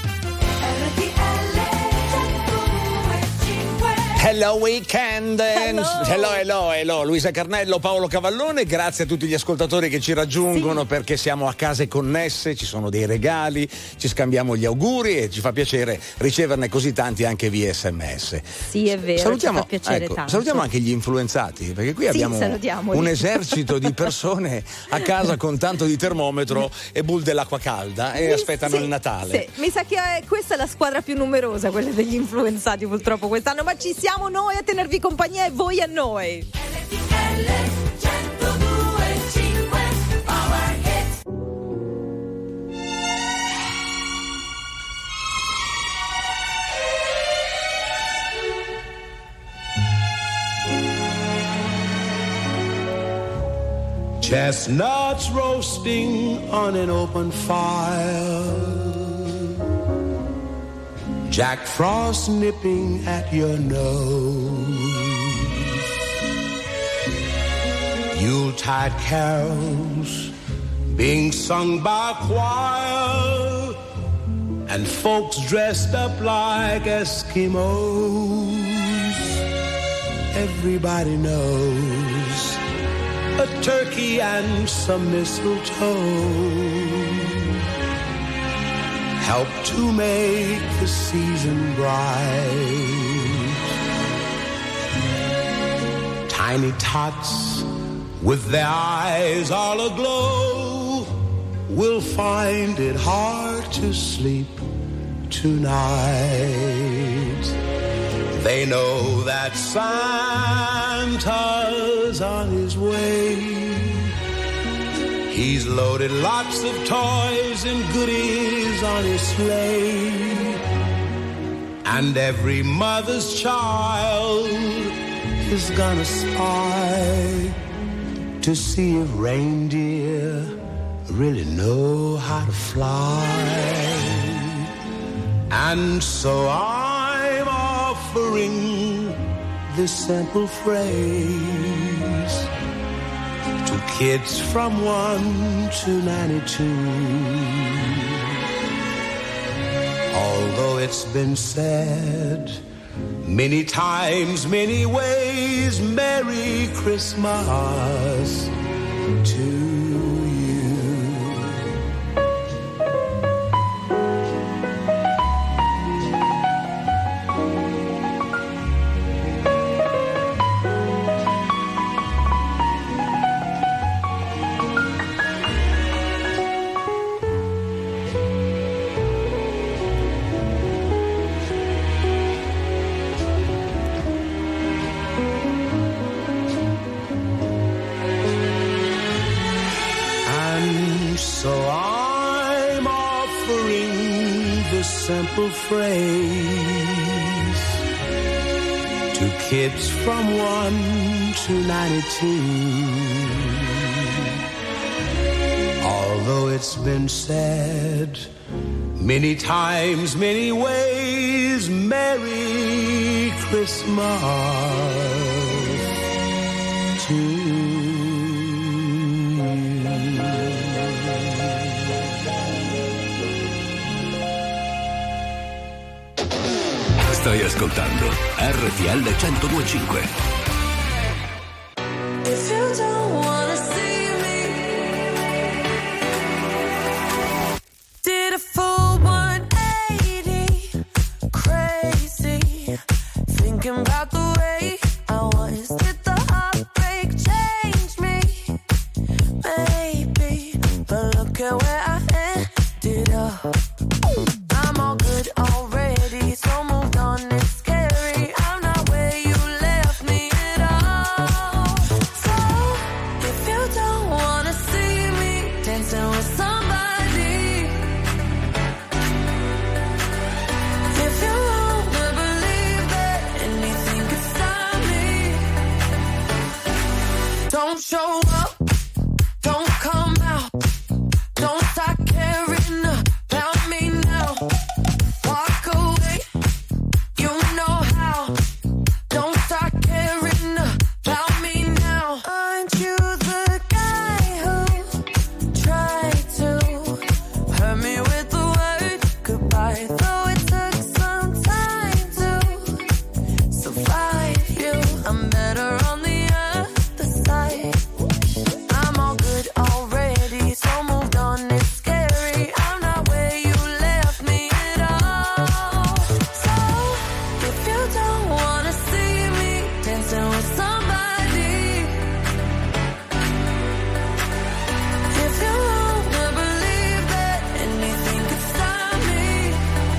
Hello Weekend, hello Luisa Carnello, Paolo Cavallone, grazie a tutti gli ascoltatori che ci raggiungono perché siamo a case connesse, ci sono dei regali, ci scambiamo gli auguri e ci fa piacere riceverne così tanti anche via SMS. Sì, è vero, ci fa piacere tanto. Salutiamo anche gli influenzati perché qui abbiamo un esercito di persone a casa con tanto di termometro e bull dell'acqua calda e aspettano il Natale. Sì. Mi sa che questa è la squadra più numerosa, quella degli influenzati purtroppo quest'anno, ma ci siamo noi a tenervi compagnia e voi a noi. Chestnuts roasting on an open fire, Jack Frost nipping at your nose, Yuletide carols being sung by choir, and folks dressed up like Eskimos. Everybody knows a turkey and some mistletoe help to make the season bright. Tiny tots with their eyes all aglow will find it hard to sleep tonight. They know that Santa's on his way. He's loaded lots of toys and goodies on his sleigh. And every mother's child is gonna spy to see if reindeer really know how to fly. And so I'm offering this simple phrase to kids from 1 to 92. Although it's been said many times, many ways, Merry Christmas to you. Simple phrase to kids from 1 to 92. Although it's been said many times, many ways, Merry Christmas to you. Stai ascoltando RTL 102.5. If you don't wanna see me, did a full 180, crazy, thinking about the way I was. Did the heartbreak change me? Maybe, but look at where I ended up. I'm all good already, so moved on, it's scary. I'm not where you left me at all. So, if you don't wanna see me dancing with somebody, if you wanna believe that anything could stop me, don't show up, don't come out, don't start caring about me now. Walk away, you know how. Don't start caring about me now. Aren't you the guy who tried to hurt me with the word goodbye? Though it took some time to survive you, I'm better on the other side. I'm all good already, so moved on, it's scary. I'm not where you left me at all. So, if you don't wanna see me dancing with somebody, if you wanna believe that anything could stop me,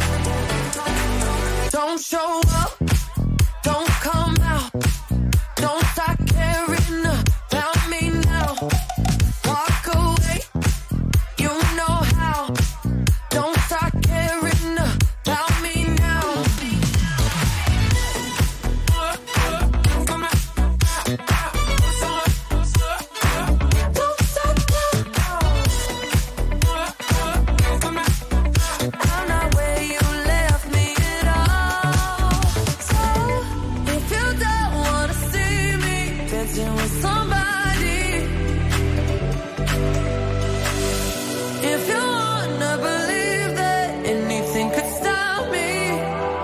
don't show up, don't come out, don't start caring about me now. Walk away, you know how. Don't start caring about me now. I'm not where you left me at all. So, if you don't wanna see me dancing with somebody, if you wanna believe that anything could stop me,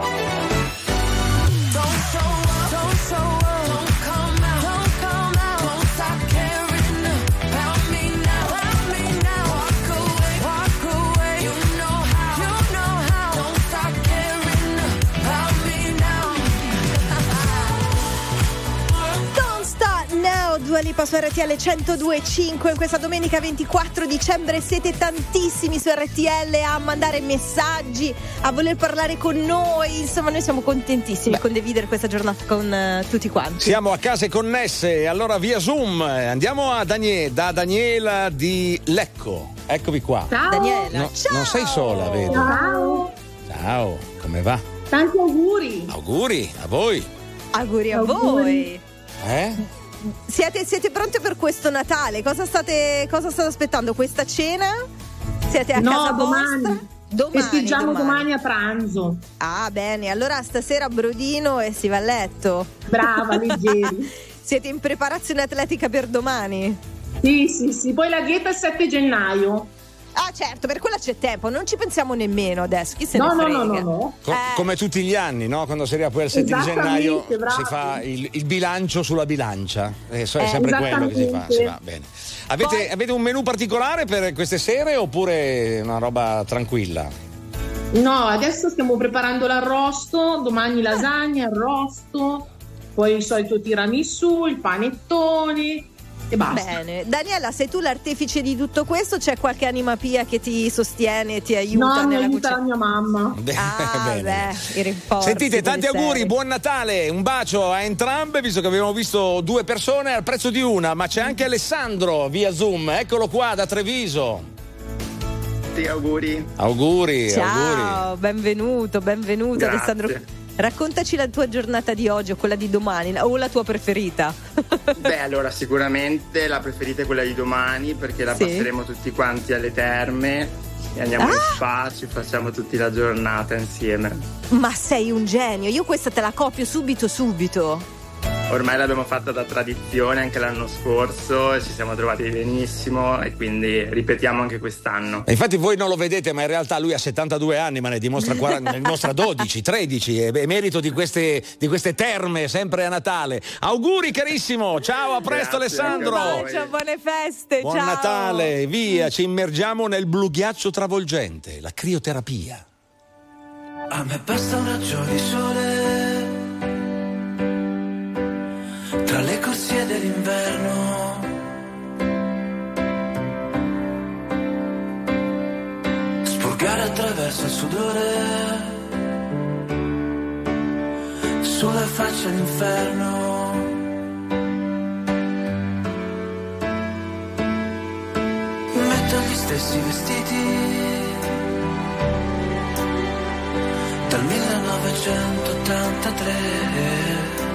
don't show up, don't come out, don't stop caring about me now, walk away, you know how, don't stop caring about me now. Don't Start Now, Dua Lipa su RTL 102.5 in questa domenica 24 dicembre. Siete tantissimi su RTL a mandare messaggi, a voler parlare con noi, insomma noi siamo contentissimi di condividere questa giornata con tutti quanti. Siamo a case connesse, allora via Zoom andiamo a da Daniela di Lecco. Eccovi qua. Ciao Daniela. No, ciao. non sei sola, vedo. Ciao, Ciao, come va? tanti auguri. Auguri a voi. Auguri a voi. siete pronte per questo Natale? Cosa state aspettando? Questa cena? Siete a casa vostra? Festeggiamo domani a pranzo. Ah, bene, allora stasera brodino e si va a letto. Brava, leggeri. Siete in preparazione atletica per domani? Sì, poi la dieta è il 7 gennaio. Ah, certo, per quella c'è tempo, non ci pensiamo nemmeno adesso, chi se ne frega. No. Come tutti gli anni, no? Quando si arriva poi al 7 di gennaio si fa il bilancio sulla bilancia, è sempre quello che si fa, bene. Avete un menù particolare per queste sere oppure una roba tranquilla? No, adesso stiamo preparando l'arrosto, domani lasagna, arrosto, poi il solito tiramisù, il panettone e basta. Bene, Daniela, sei tu l'artefice di tutto questo? C'è qualche anima pia che ti sostiene, ti aiuta nella cucina? la mia mamma. I rinforzi. Sentite, tanti auguri, buon Natale, un bacio a entrambe, visto che abbiamo visto 2 persone al prezzo di una, ma c'è anche Alessandro via Zoom, eccolo qua da Treviso. Auguri. Ciao, benvenuto Grazie. Alessandro. Raccontaci la tua giornata di oggi o quella di domani, o la tua preferita. Beh, allora sicuramente la preferita è quella di domani, perché la passeremo tutti quanti alle terme e andiamo in spa, ci facciamo tutti la giornata insieme. Ma sei un genio, io questa te la copio subito. Ormai l'abbiamo fatta da tradizione anche l'anno scorso e ci siamo trovati benissimo e quindi ripetiamo anche quest'anno. E infatti voi non lo vedete, ma in realtà lui ha 72 anni, ma ne dimostra 12, 13, è merito di queste terme sempre a Natale. Auguri carissimo, ciao, a presto. Grazie, Alessandro. Un bacio, buone feste, buon ciao. Natale, via, ci immergiamo nel blu ghiaccio travolgente, la crioterapia. A me basta un raggio di sole tra le corsie dell'inverno, spurgare attraverso il sudore sulla faccia l'inferno. Metto gli stessi vestiti dal 1983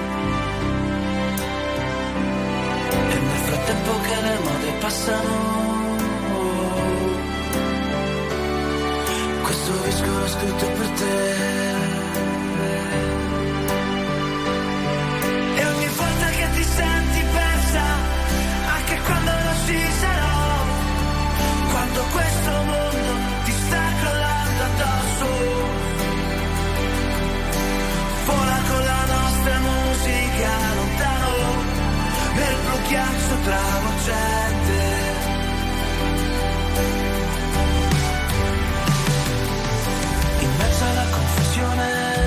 e nel frattempo che le mode passano, questo disco l'ho scritto per te. E ogni volta che ti senti persa, anche quando non ci sarò, quando questo mondo ti sta crollando addosso, vola con la nostra musica lontano nel blu ghiaccio travolgente. In mezzo alla confusione,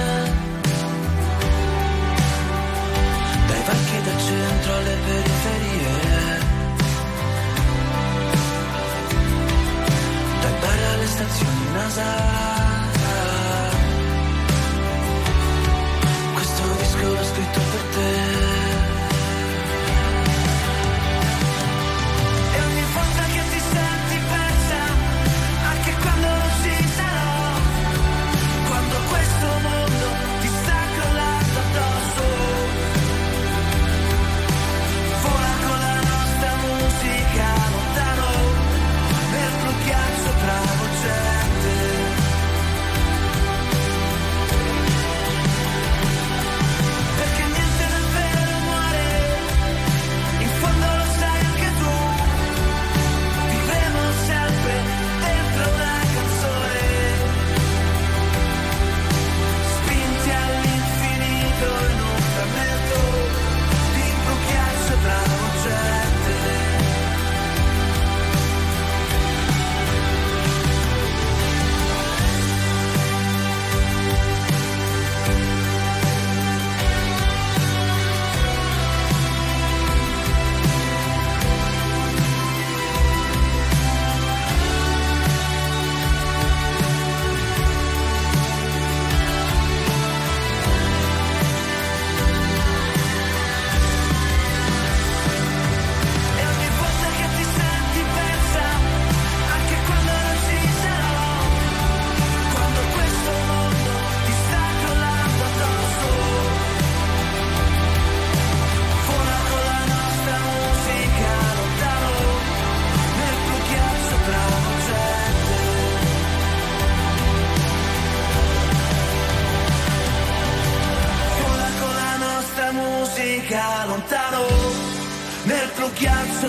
dai banchi del centro alle periferie, dai bar alle stazioni NASA, questo disco l'ho scritto per te. travolgente.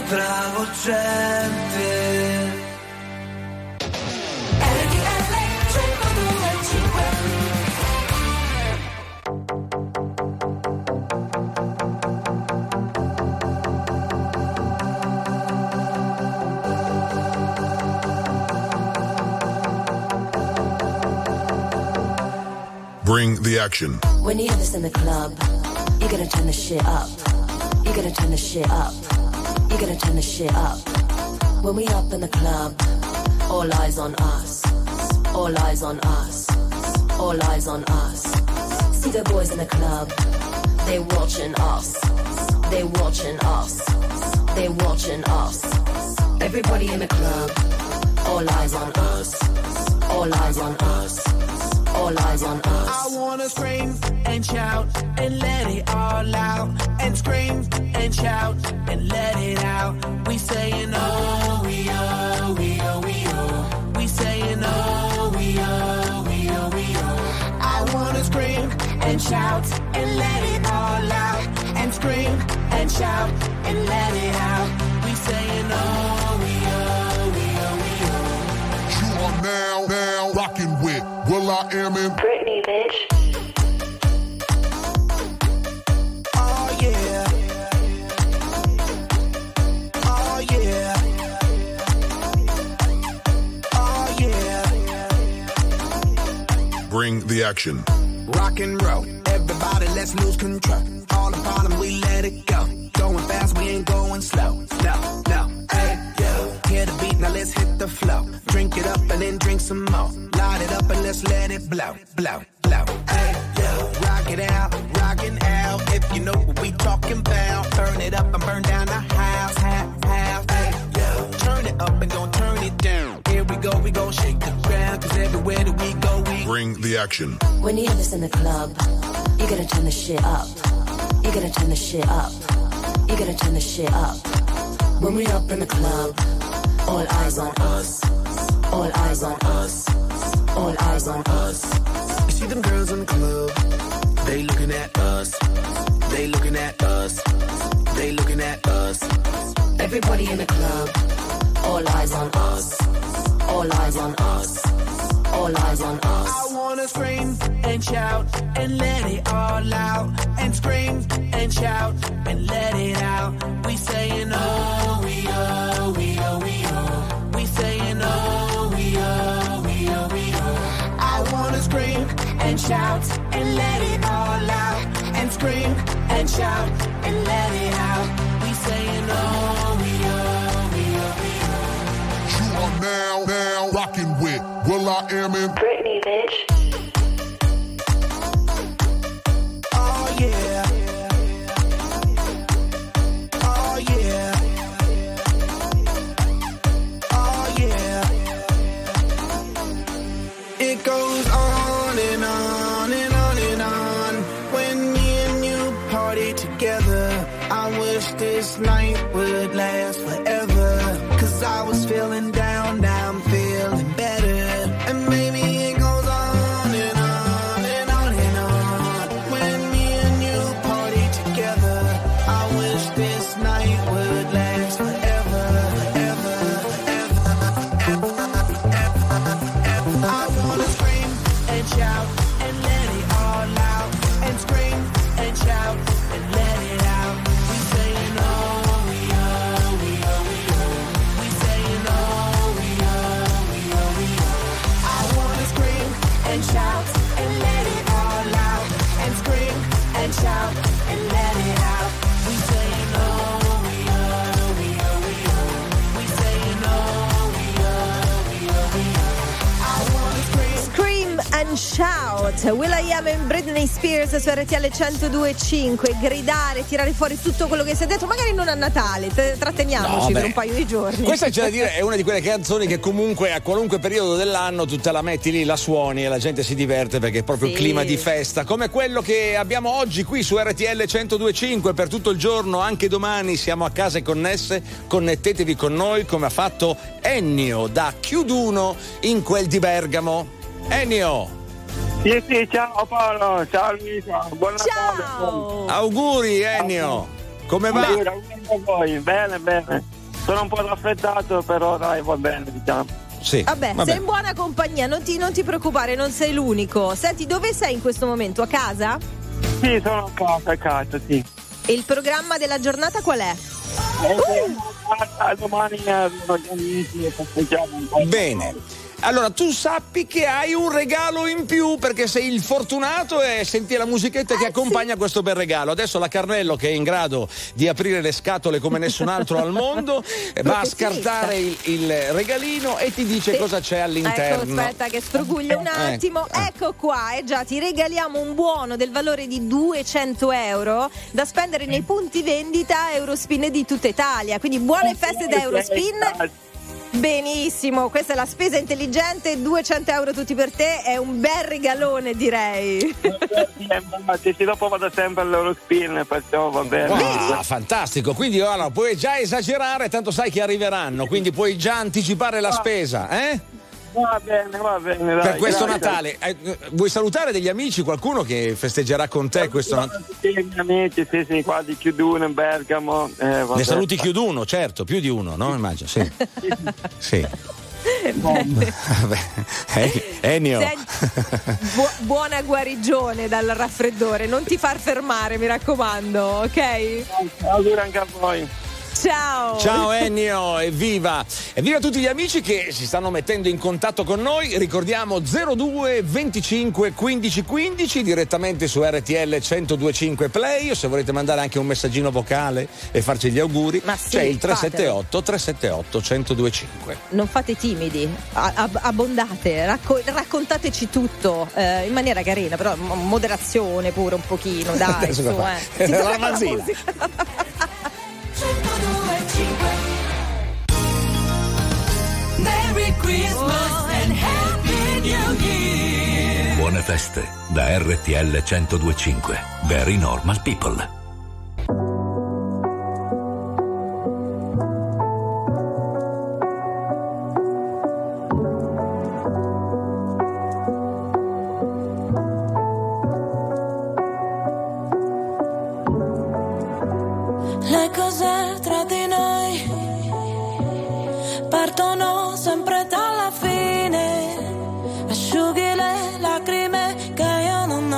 incontravo gente. Bring the action. When you hear this in the club, you're gonna turn the shit up. You're gonna turn the shit up. You're gonna turn the shit up. When we up in the club, all eyes on us. All eyes on us. All eyes on us. See the boys in the club, they watching us. They watching us. They watching us. Everybody in the club, all eyes on us. All eyes on us. All eyes on us. I wanna scream and shout and let it all out. And scream and shout and let it out. We saying oh, we oh, we oh, we oh. We saying oh, we oh, we oh, we oh. I wanna scream and shout and let it all out. And scream and shout and let it out. We saying oh, we oh, we oh, we oh. You are now rocking with will.i.am in Britney, bitch. Oh yeah. Oh yeah. Oh yeah. Bring the action. Rock and roll, everybody let's lose control. All the bottom we let it go. Going fast, we ain't going slow. No, no, hey, yo. Hear the beat, now let's hit the flow. Drink it up and then drink some more. Light it up and let's let it blow, blow, blow. Hey, yo. Rock it out, rockin' out. If you know what we talking about. Burn it up and burn down the house, house. Hey, yo. Turn it up and don't turn it down. Here we go shake the ground. Cause everywhere that we go, we bring the action. When you hear this in the club, you're gonna turn the shit up. You're gonna turn the shit up. You're gonna turn the shit up. When we up in the club, all eyes on us. All eyes on us. All eyes on us. You see them girls in the club, they looking at us. They looking at us. They looking at us. Everybody in the club, all eyes on us. All eyes on us. All eyes on us. I wanna scream and shout and let it all out. And scream and shout and let it out. We saying oh, we oh, we oh, we oh. We saying oh, we oh, we oh, we oh. I wanna scream and shout and let it all out. And scream and shout and let it out. We saying oh, we oh, we oh, we oh. You are now rocking with will.i.am in Britney, bitch. Oh yeah. Oh yeah. Oh yeah. It goes on and on and on and on. When me and you party together, I wish this night would last forever. Cause I was feeling down, now I'm feeling better. And maybe it goes on and on and on and on. When me and you party together, I wish this night would last forever, forever, forever, forever. I wanna scream and shout and let it all out. And scream and shout and let it out. We saying oh, we oh, we oh, we oh. We saying oh, we oh, we oh, we oh. I wanna scream and shout and let it all out. And scream and shout and let it out. We saying oh, we oh, we oh, we oh. We saying oh, we oh, we oh, we oh. I wanna scream. Scream and shout. will.i.am e Britney Spears su RTL 102.5. Gridare, tirare fuori tutto quello che si è detto, magari non a Natale, tratteniamoci per un paio di giorni. Questa c'è da dire è una di quelle canzoni che comunque a qualunque periodo dell'anno tu te la metti lì, la suoni e la gente si diverte perché è proprio Sì. clima di festa, come quello che abbiamo oggi qui su RTL 102.5 per tutto il giorno, anche domani siamo a casa e connesse, connettetevi con noi come ha fatto Ennio da Chiuduno in quel di Bergamo. Ennio! Sì, ciao Paolo, ciao Luisa, buon Natale. Ciao! Auguri Ennio! Come va? Auguri a voi, bene. Sono un po' raffreddato, però dai, va bene, diciamo. Sì, Vabbè, sei in buona compagnia, non ti preoccupare, non sei l'unico. Senti, dove sei in questo momento? A casa? Sì, sono a casa, sì. E il programma della giornata qual è? Domani con gli amici e festeggiamo un po'. Bene. Allora, tu sappi che hai un regalo in più perché sei il fortunato e senti la musichetta che accompagna questo bel regalo. Adesso la Carnello, che è in grado di aprire le scatole come nessun altro al mondo, va a scartare il regalino e ti dice cosa c'è all'interno. Ecco, aspetta che sfruguglio un attimo. Ecco qua, già ti regaliamo un buono del valore di 200 euro da spendere nei punti vendita Eurospin di tutta Italia. Quindi buone feste da Eurospin. Benissimo, questa è la spesa intelligente, 200 euro tutti per te, è un bel regalone, direi. Sì, dopo vado sempre all'Eurospin, perciò va bene. Fantastico, quindi ora puoi già esagerare, tanto sai che arriveranno, quindi puoi già anticipare la spesa, eh? Va bene, dai. Per questo grazie. Natale, vuoi salutare degli amici, qualcuno che festeggerà con te questo Natale? Sì, i miei amici, sì, qua di Chiuduno in Bergamo. Ne saluti Chiuduno, certo, più di uno, no? Immagino, sì. Sì. Ennio. Buona guarigione dal raffreddore, non ti far fermare, mi raccomando, ok? Auguri anche a voi. Ciao Ennio, evviva! Evviva tutti gli amici che si stanno mettendo in contatto con noi. Ricordiamo 02 25 15 15 direttamente su RTL 102.5 Play, o se volete mandare anche un messaggino vocale e farci gli auguri, c'è il 378 378 1025. Non fate timidi, abbondate, raccontateci tutto in maniera carina, però moderazione pure un pochino, dai, su, La manzina. Merry Christmas and Happy New Year. Buone feste da RTL 102.5. Very Normal People. Le cose tra di noi partono sempre dalla fine, asciughi le lacrime che io non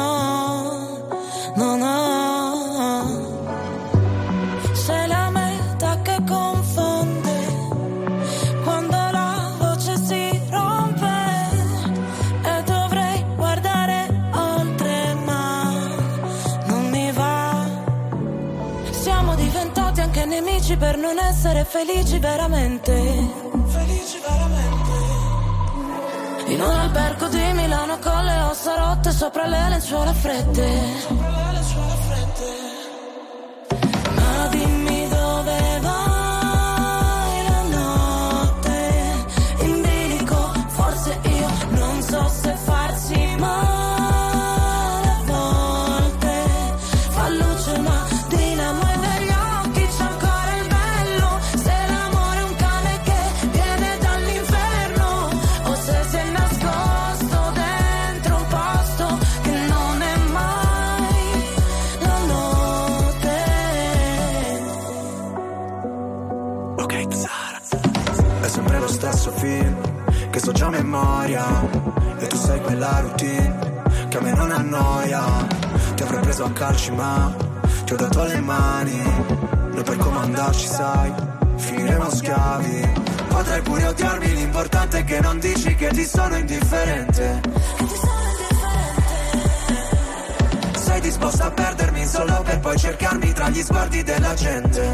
ho. Sei la metà che confonde quando la voce si rompe e dovrei guardare oltre ma non mi va. Siamo diventati anche nemici per non essere felici veramente. In un albergo di Milano con le ossa rotte sopra le lenzuola fredde. Ma dimmi dove vai la notte in bilico, forse io non so se farsi male a volte. Fa luce una dinamo e negli occhi c'è ancora il bello. Se l'amore è un cane che viene dall'inferno o se si è nascosto dentro un posto che non è mai la notte. Ok, Zara. È sempre lo stesso film che so già a memoria. E tu sai quella routine che a me non annoia. Ti avrei preso a calci ma ti ho dato le mani. Noi per comandarci sai, finiremo schiavi. Potrai pure odiarmi, l'importante è che non dici che ti sono indifferente. Sei disposta a perdermi solo per poi cercarmi tra gli sguardi della gente.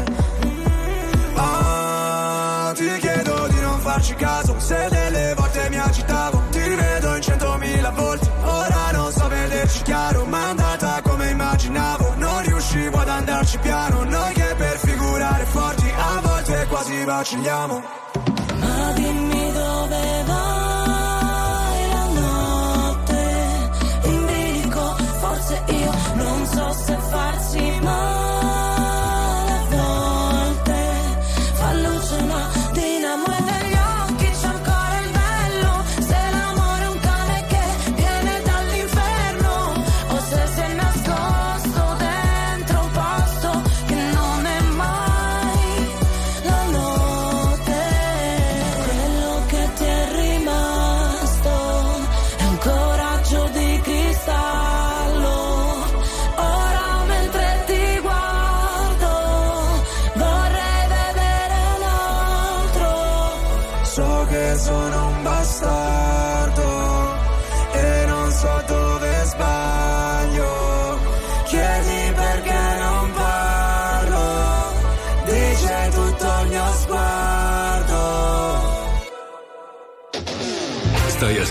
Ti chiedo di non farci caso, se delle volte mi agitavo. Ti rivedo in 100.000 volte, ora non so vederci chiaro. Ma è andata come immaginavo, non riuscivo ad andarci piano. Noi che per figurare forti a volte quasi vacilliamo. Ma dimmi dove vai la notte in bilico, forse io non so se farsi male a volte. Fa luce una dinamo e negli occhi c'è ancora il bello. Se l'amore è un cane che viene dall'inferno o se si è nascosto dentro un posto che non è mai la notte.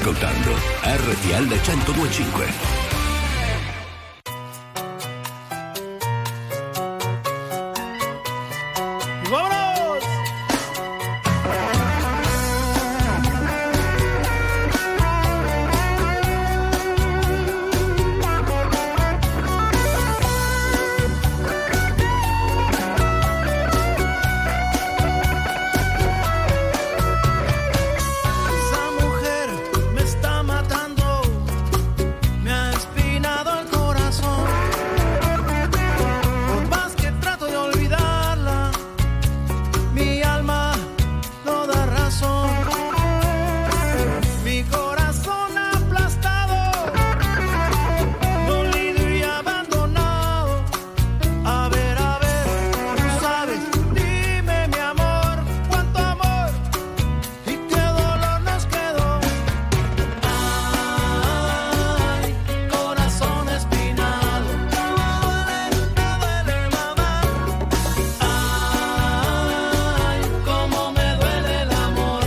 ascoltando RTL 102.5. Esa mujer me está matando, me ha espinado el corazón. Por más que trato de olvidarla, mi alma no da razón. Mi corazón aplastado, dolido y abandonado. A ver, tú sabes, dime mi amor, cuánto amor y qué dolor nos quedó. Ay, corazón espinado, me duele mamá. Ay, cómo me duele el amor.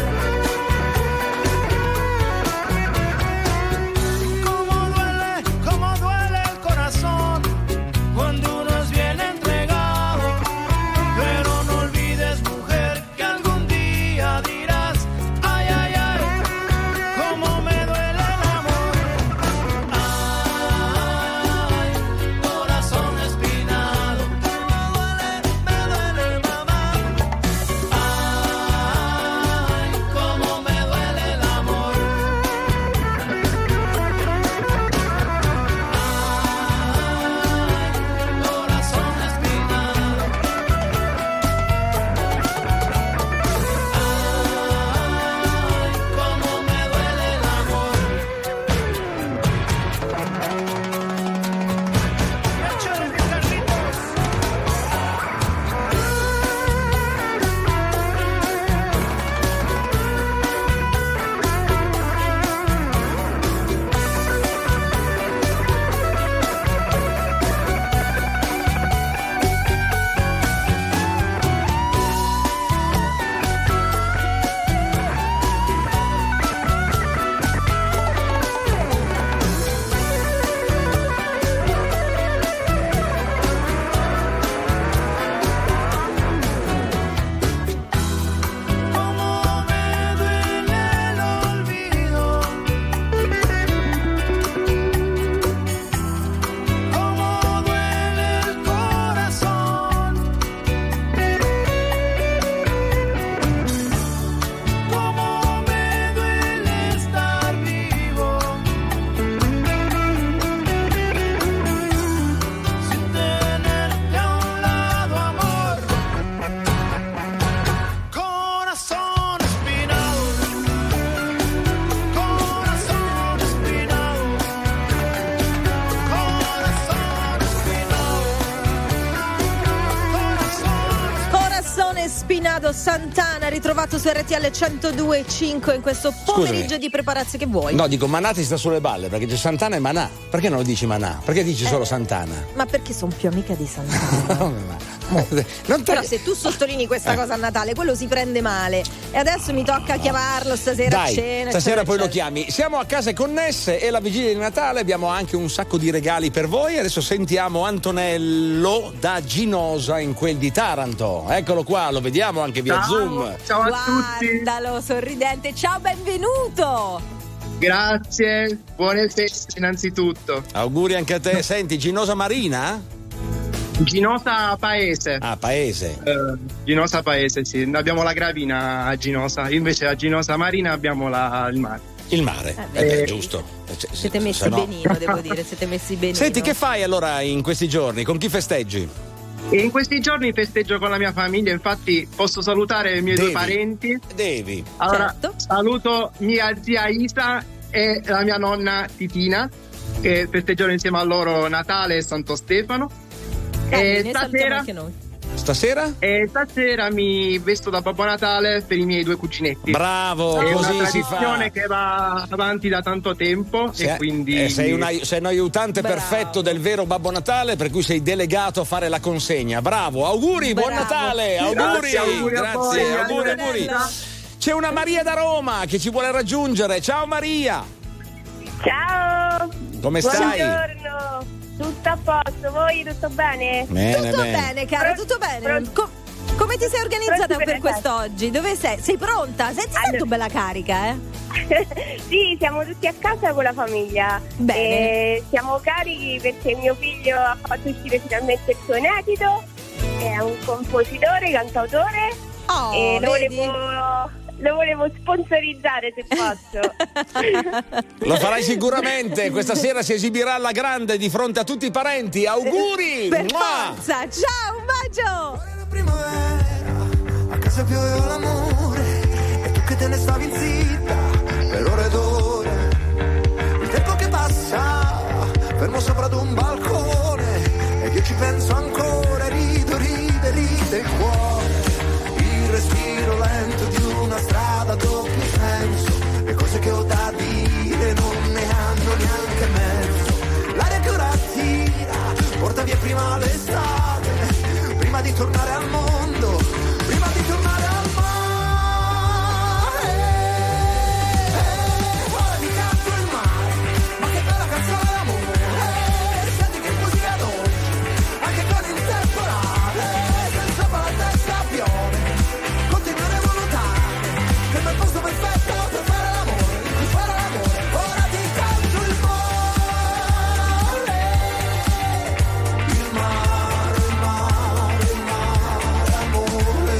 Cómo duele el corazón cuando uno es bien entregado. Pero no olvides, mujer, que algún día dirás: ay, ay, ay, cómo me duele el amor. Ay, corazón espinado, me duele mamá. Ay, cómo me duele el amor. Corazón espinado. Cómo me duele el amor. Échale, Carlitos. Cómo me duele el olvido. Cómo duele el corazón. Cómo me duele estar vivo sin tenerte a un lado, amor. Corazón espinado, corazón espinado, Corazone Spinato, Santana, ritrovato su RTL 102.5 in questo pomeriggio di preparazio. Che vuoi? No, dico Manà ti sta sulle balle perché c'è Santana e Manà. Perché non lo dici Manà? Perché dici solo Santana? Ma perché sono più amica di Santana? Però se tu sottolinei questa cosa a Natale, quello si prende male. E adesso mi tocca chiamarlo stasera a Dai, cena. stasera eccetera, poi lo eccetera. chiami. Siamo a Case Connesse e la vigilia di Natale abbiamo anche un sacco di regali per voi. Adesso sentiamo Antonello da Ginosa in quel di Taranto. Eccolo qua, lo vediamo anche via Zoom. Ciao a tutti. Guardalo, sorridente. Ciao, benvenuto. Grazie, buone feste innanzitutto. Auguri anche a te. Senti, Ginosa Marina? Ginosa Paese. Ah, Paese. Ginosa Paese, sì. Abbiamo la Gravina a Ginosa, invece a Ginosa Marina abbiamo il mare. Il mare, giusto. Siete messi se no- benino, devo dire, siete messi benino. Senti, che fai allora in questi giorni? Con chi festeggi? E in questi giorni festeggio con la mia famiglia, infatti posso salutare i miei due parenti. Devi. Allora, saluto mia zia Isa e la mia nonna Titina, che festeggiano insieme a loro Natale e Santo Stefano. E ne salutiamo anche noi. Stasera? E stasera mi vesto da Babbo Natale per i miei due cuginetti. Bravo, è così una si fa. tradizione che va avanti da tanto tempo e quindi sei un aiutante Bravo. perfetto del vero Babbo Natale, per cui sei delegato a fare la consegna. Bravo, auguri, buon Bravo. Natale, auguri, Grazie, auguri a voi, grazie, auguri, arrivederci. auguri. c'è una Maria da Roma che ci vuole raggiungere. Ciao Maria. Ciao. Come stai? Buongiorno. Tutto a posto, voi tutto bene? Tutto bene, cara, tutto bene. Come ti sei organizzata per quest'oggi? Dove sei? Sei pronta? Ti sento bella carica, Sì, siamo tutti a casa con la famiglia. Bene. Siamo carichi perché mio figlio ha fatto uscire finalmente il suo inedito. È un compositore, cantautore. E lo volevo sponsorizzare se posso. Lo farai sicuramente. Questa sera si esibirà alla grande di fronte a tutti i parenti. Auguri! Per forza! Ciao, un bacio! A casa pioveva l'amore e tu che te ne stavi zitta per ore ed ore. Il tempo che passa fermo sopra ad un balcone ed io ci penso ancora. Ride il cuore. Il respiro lento di una strada a doppio senso. Le cose che ho da dire non ne hanno neanche mezzo. L'aria che ora tira porta via prima l'estate, prima di tornare al mondo, prima di tornare al mare. Ora ti canto il mare, ma che bella canzone d'amore. Senti che musica dolce, anche con il temporale. Senza la testa piove, continueremo a nuotare, che è il posto perfetto per fare l'amore, per fare l'amore. Ora ti canto il mare, il mare, il mare, il mare, amore.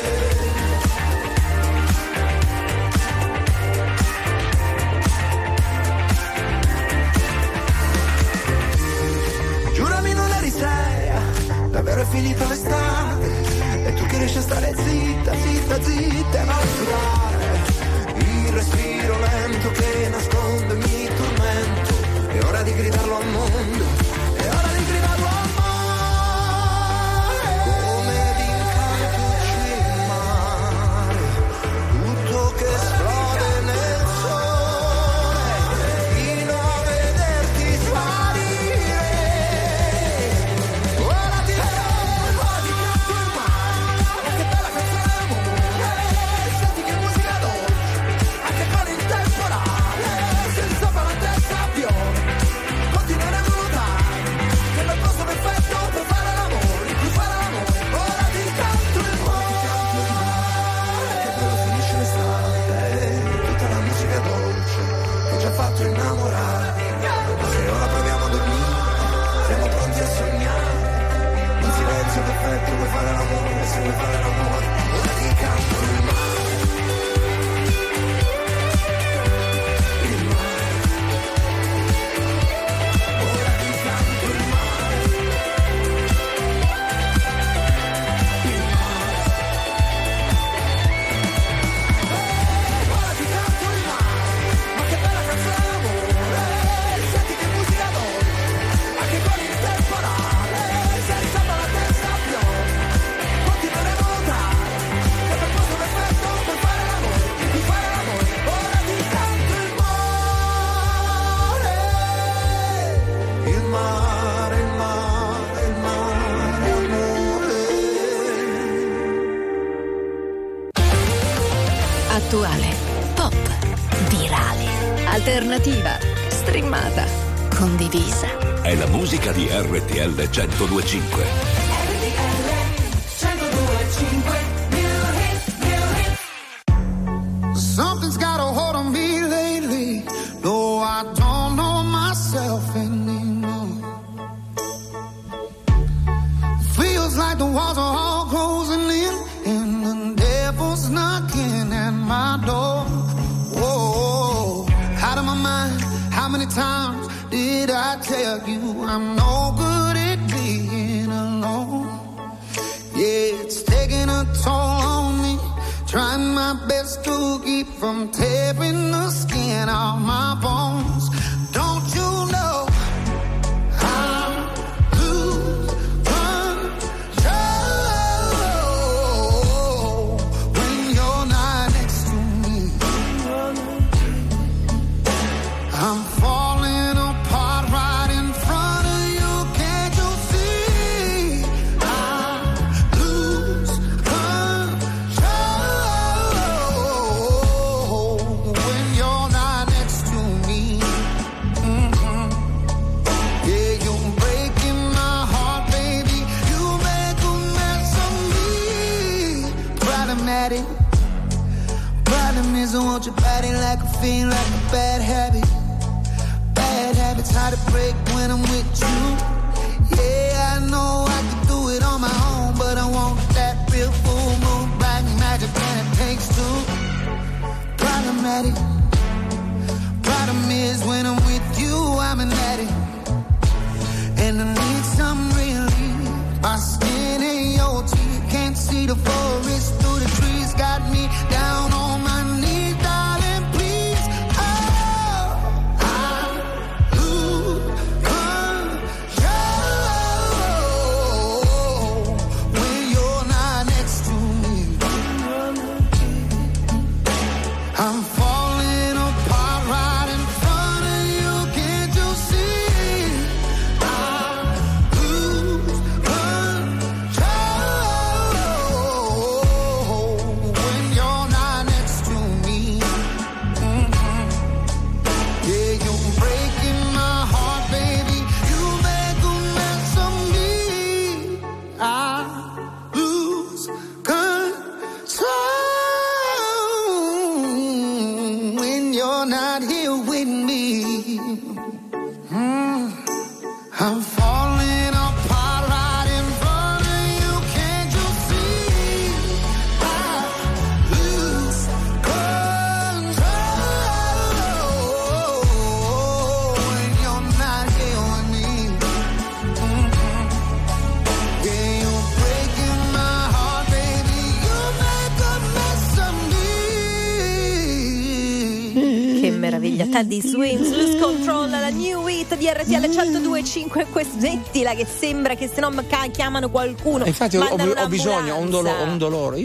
Giurami non eri seria, davvero è finita l'estate e tu che riesci a stare zitta e non sudare. Il respiro lento che nasconde ogni tormento. È ora di gridarlo al mondo, è ora di gridarlo al mare. Come d'incanto c'è il mare, tutto che esplode nel sole, fino a vederti sparire. Ora ti canto il mare, che bella canzone d'amore. Senti che musica dolce, anche con il temporale. Senza fare la testa piove, continueremo a nuotare, che è il posto perfetto per fare l'amore, per fare l'amore. Ora ti canto il mare, che bello finisce l'estate, tutta la musica dolce che ci ha fatto innamorare. Ma se ora proviamo a dormire, siamo pronti a sognare, un silenzio perfetto per fare l'amore, se vuoi fare l'amore. Ora ti canto il mare, il mare. Ora ti canto il mare, il mare. Ora ti canto il mare, ma che bella canzone d'amore. Senti che musica dolce, anche con il temporale. Senza la testa piove, continueremo a nuotare, che è il posto perfetto per fare l'amore, per fare l'amore. Ora ti canto il mare, il mare, il mare, il mare, amore. Attuale, pop, virale, alternativa, streamata, condivisa. È la musica di RTL 102.5. Something's got a hold on me lately. No, I don't know myself anymore. Feels like the walls are all closing in, and the devil's knocking at my door. Whoa, out of my mind. How many times did I tell you I'm no good at being alone? Yeah, it's taking a toll on me. Trying my best to keep from tearing the skin off my bones. Don't you know I'm losing control when you're not next to me? I'm falling apart right in front of you. Can't you see? I lose control I want your body like a fiend, like a bad habit. Bad habits hard to break when I'm with you. Yeah, I know I can do it on my own, but I want that real full moon, black magic, and it takes two. Problematic. Problem is when I'm with you, I'm an addict, and I need some relief. My skin ain't your teeth, can't see the forest through the trees. Got me down on my knees, darling, please. Oh, I lose control when you're not next to me. I'm falling apart right in front of you, can't you see? I lose control when you're not next to me. Yeah, you're breaking my heart, baby. You make a mess of me. I lose control when you're not here with me. I'm falling apart right in front of you, can't you see? I lose control when you're not here with me. Yeah, you're breaking my heart, baby. You make a mess of me. Che meraviglia, Teddy Swims, Lose Control, la new hit di RTL 102.5. Smettila che sembra che se no chiamano qualcuno. Infatti ho mandano bisogno, ho un dolore.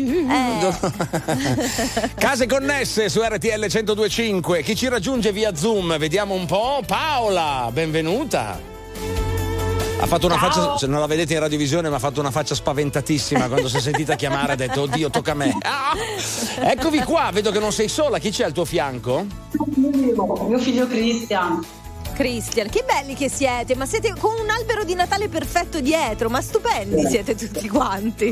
Case connesse su RTL 102.5. Chi ci raggiunge via Zoom? Vediamo un po'. Paola, benvenuta. Ha fatto una faccia, se non la vedete in radiovisione, ma ha fatto una faccia spaventatissima quando si è sentita chiamare, ha detto oddio, tocca a me. Eccovi qua, vedo che non sei sola. Chi c'è al tuo fianco? Mio figlio Christian. Christian, che belli che siete, ma siete con un albero di Natale perfetto dietro, ma stupendi siete tutti quanti.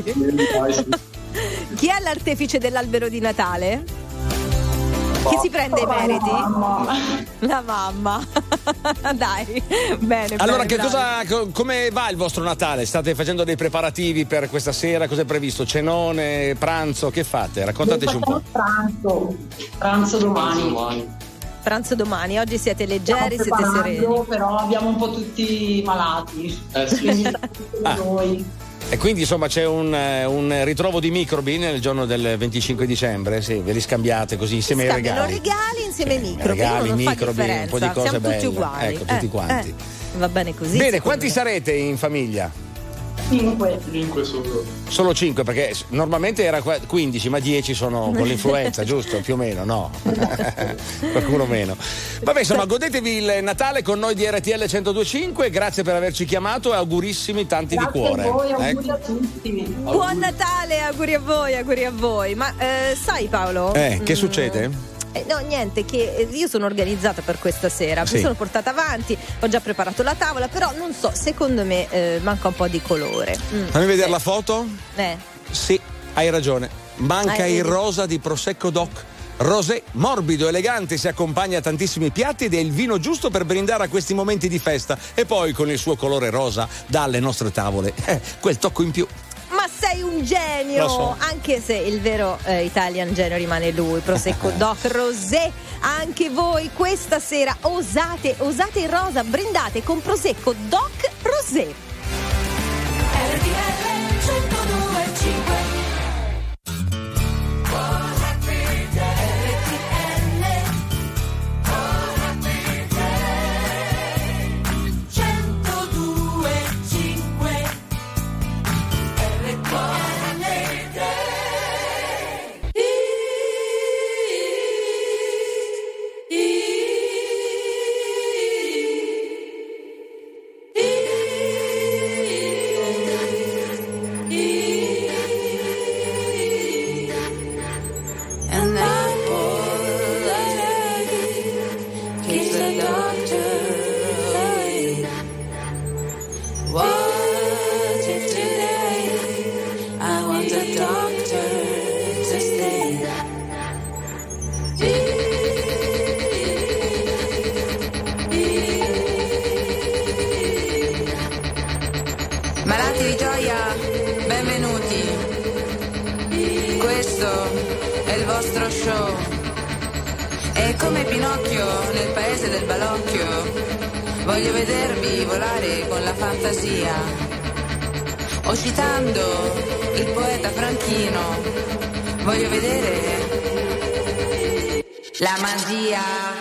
Chi è l'artefice dell'albero di Natale? Chi si prende i meriti? La mamma. Dai, bene. Allora, bene, come va il vostro Natale? State facendo dei preparativi per questa sera? Cos'è previsto? Cenone, pranzo? Che fate? Raccontateci un po'. Pranzo domani. Pranzo domani, oggi siete leggeri, siete sereni. Però abbiamo un po' tutti malati. Quindi noi. E quindi insomma c'è un ritrovo di microbi nel giorno del 25 dicembre, sì, ve li scambiate così insieme ai regali. Regali insieme ai microbi, regali, non microbi, fa un po' di cose siamo belle. tutti uguali. Ecco, tutti quanti. Va bene così. Bene, quanti sarete in famiglia? 5 Solo 5, perché normalmente era 15, ma 10 sono con l'influenza, giusto? Più o meno, no? Qualcuno meno. Vabbè, insomma, godetevi il Natale con noi di RTL 102.5. Grazie per averci chiamato e augurissimi tanti di cuore. Grazie a voi, auguri a tutti. Buon Natale, auguri a voi. Ma sai Paolo? Che succede? No, niente, che io sono organizzata per questa sera, mi sono portata avanti, ho già preparato la tavola, però non so, secondo me manca un po' di colore. Fammi vedere la foto? Sì, hai ragione, manca il rosa di Prosecco Doc. Rosé, morbido, elegante, si accompagna a tantissimi piatti ed è il vino giusto per brindare a questi momenti di festa, e poi con il suo colore rosa dà alle nostre tavole quel tocco in più. Ma sei un genio! Lo so. Anche se il vero Italian genio rimane lui, Prosecco Doc Rosé. Anche voi questa sera osate il rosa, brindate con Prosecco Doc Rosé. RTL 102.5. vostro show. E come Pinocchio nel paese del balocchio, voglio vedervi volare con la fantasia. O citando il poeta Franchino, voglio vedere la magia.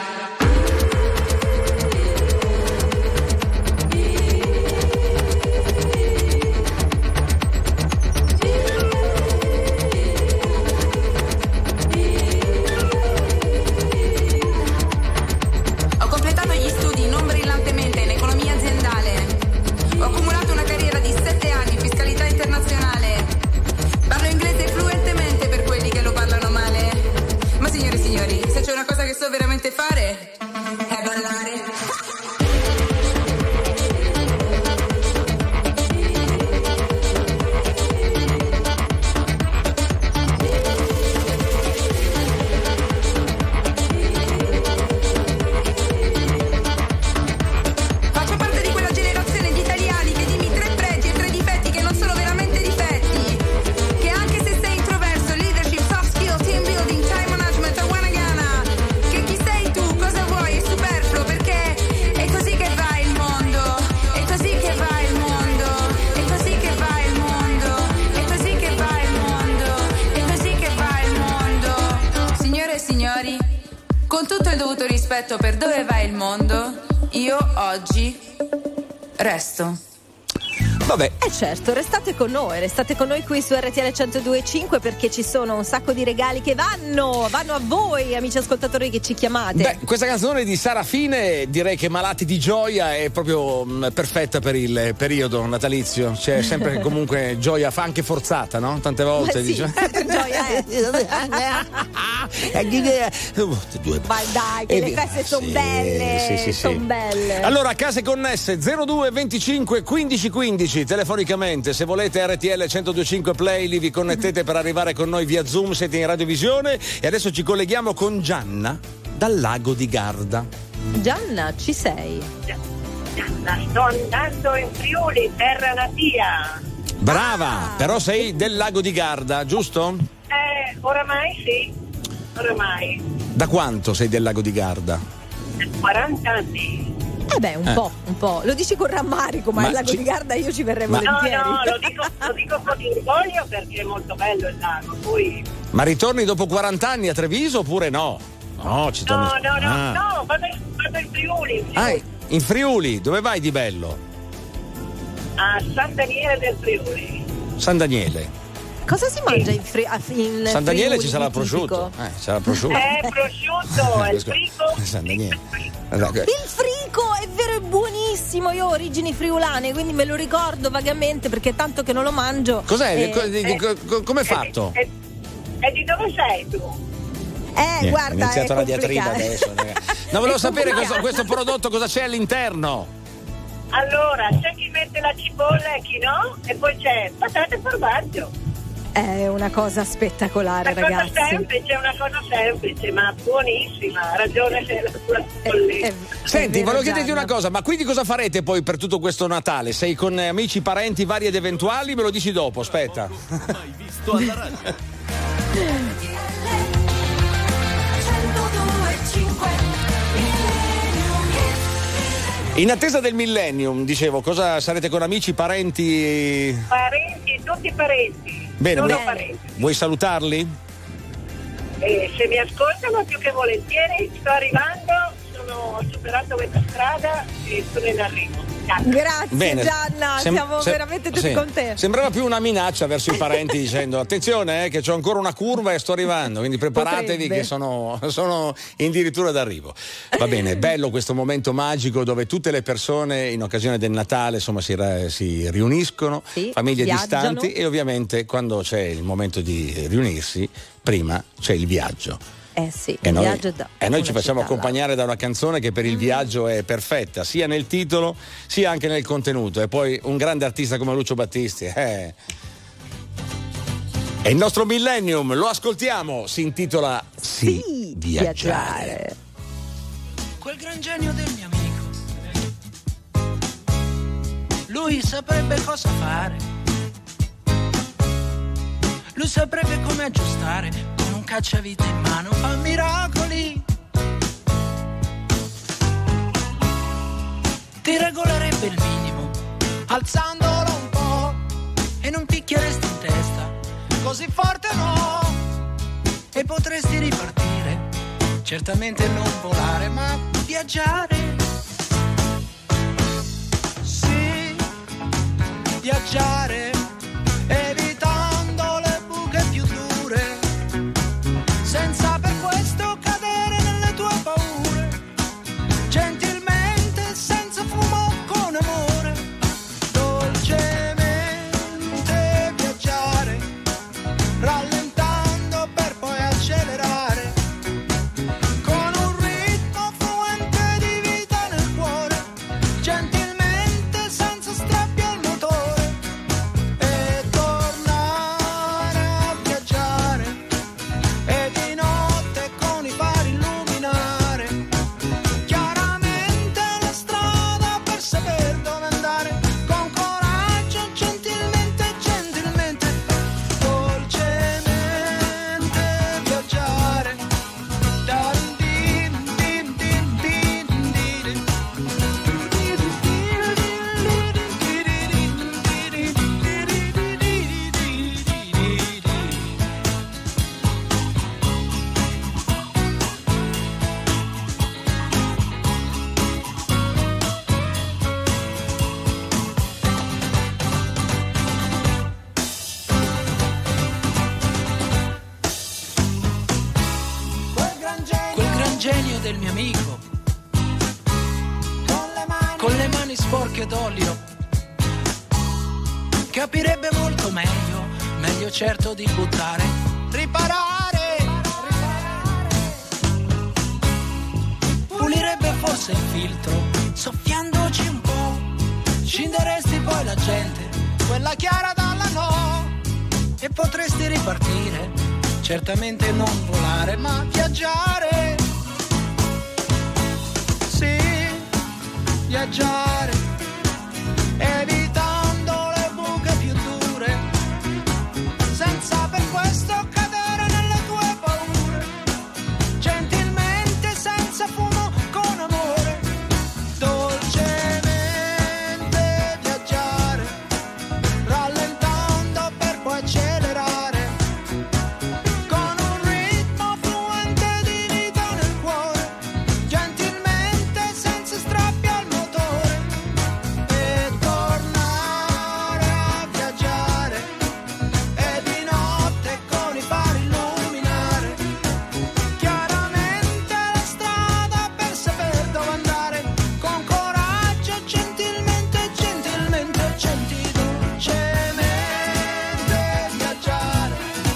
Veramente fare è ballare. Faccio parte di quella generazione di italiani che dimmi 3 pregi e 3 difetti che non sono veramente difetti, che anche se sei introverso, leadership, soft skill, team building, time management, con tutto il dovuto rispetto per dove va il mondo, io oggi resto. Vabbè. Certo, restate con noi qui su RTL 102.5 perché ci sono un sacco di regali che vanno a voi, amici ascoltatori che ci chiamate. Beh, questa canzone di Sara Fine, direi che Malati di gioia è proprio perfetta per il periodo natalizio. C'è sempre comunque gioia, fa anche forzata, no? Tante volte sì, dice. Gioia è. Ma dai, che le feste sono belle. Sì. Sono belle. Allora, case connesse 02 25 15 15 telefonicamente, se volete RTL 102.5 Play, lì vi connettete per arrivare con noi via Zoom, siete in radiovisione e adesso ci colleghiamo con Gianna dal lago di Garda. Gianna, ci sei? Gianna, sto andando in Friuli, terra natia. Brava, però sei del lago di Garda, giusto? Oramai sì, oramai. Da quanto sei del lago di Garda? 40 anni. Un po'. Lo dici con rammarico, ma il lago di Garda io ci verrei volentieri. No, lo dico con orgoglio perché è molto bello il lago. Poi... Ma ritorni dopo 40 anni a Treviso oppure no? No, ci torni. No, vado in Friuli. In Friuli, dove vai di bello? A San Daniele del Friuli. San Daniele. Cosa si mangia in San Daniele Friuli, ci sarà prosciutto. C'è prosciutto. Prosciutto, il frico. San Daniele. Il frico, è vero, è buonissimo. Io ho origini friulane, quindi me lo ricordo vagamente perché è tanto che non lo mangio. Cos'è? Com'è fatto? E di dove sei tu? Guarda, è iniziato la diatriba adesso. No, volevo sapere questo prodotto cosa c'è all'interno. Allora, c'è chi mette la cipolla e chi no, e poi c'è patate e formaggio. È una cosa spettacolare, ragazzi. Una cosa semplice, ma buonissima. Ha ragione la tua collega. Senti, volevo chiederti una cosa, ma quindi cosa farete poi per tutto questo Natale? Sei con amici, parenti vari ed eventuali? Me lo dici dopo, aspetta. Mai visto alla radio. In attesa del millennium, dicevo, cosa sarete con amici, parenti? Parenti, tutti parenti. Bene, parenti. Vuoi salutarli? Se mi ascoltano più che volentieri, sto arrivando, ho superato questa strada e sono in arrivo. Grazie. Bene. Gianna, siamo veramente tutti con te. Sembrava più una minaccia verso i parenti dicendo attenzione che c'ho ancora una curva e sto arrivando, quindi preparatevi che sono addirittura d'arrivo. Va bene, bello questo momento magico dove tutte le persone in occasione del Natale insomma si riuniscono, famiglie viaggiano. distanti e ovviamente quando c'è il momento di riunirsi prima c'è il viaggio. E noi ci facciamo accompagnare da una canzone che per il viaggio è perfetta, sia nel titolo sia anche nel contenuto. E poi un grande artista come Lucio Battisti. È il nostro millennium, lo ascoltiamo, si intitola Sì, viaggiare. Quel gran genio del mio amico, lui saprebbe cosa fare, lui saprebbe come aggiustare con un cacciavite in mano fa miracoli. Ti regolerebbe il minimo, alzandolo un po', e non picchieresti in testa, così forte no, e potresti ripartire, certamente non volare, ma viaggiare. Sì, viaggiare, evitando le buche più dure, senza per questo cadere nelle tue paure, gentilmente, senza fumo, con amore, dolcemente viaggiare, rallentando per poi accelerare, con un ritmo fluente di vita nel cuore, gentilmente, senza strappi al motore, e tornare a viaggiare, e di notte con i fari illuminare, chiaramente la strada per saper dove andare, con coraggio, gentilmente, gentilmente, dolcemente viaggiare. Quel gran genio del mio amico, con le mani sporche d'olio, capirebbe molto meglio, meglio certo di buttare, riparare, pulirebbe forse il filtro, soffiandoci un po', scinderesti poi la gente, quella chiara dalla no, e potresti ripartire, certamente non volare, ma viaggiare. Sì, viaggiare, evitando le buche più dure, senza per questo cadere nelle tue paure, gentilmente, senza fumo, con amore, dolcemente viaggiare, rallentando per poi accelerare, con un ritmo fluente di vita nel cuore, gentilmente, senza strappi al motore, e tornare a viaggiare, e di notte con i fari illuminare, chiaramente la strada per saper dove andare, con coraggio, gentilmente, gentilmente, dolcemente viaggiare.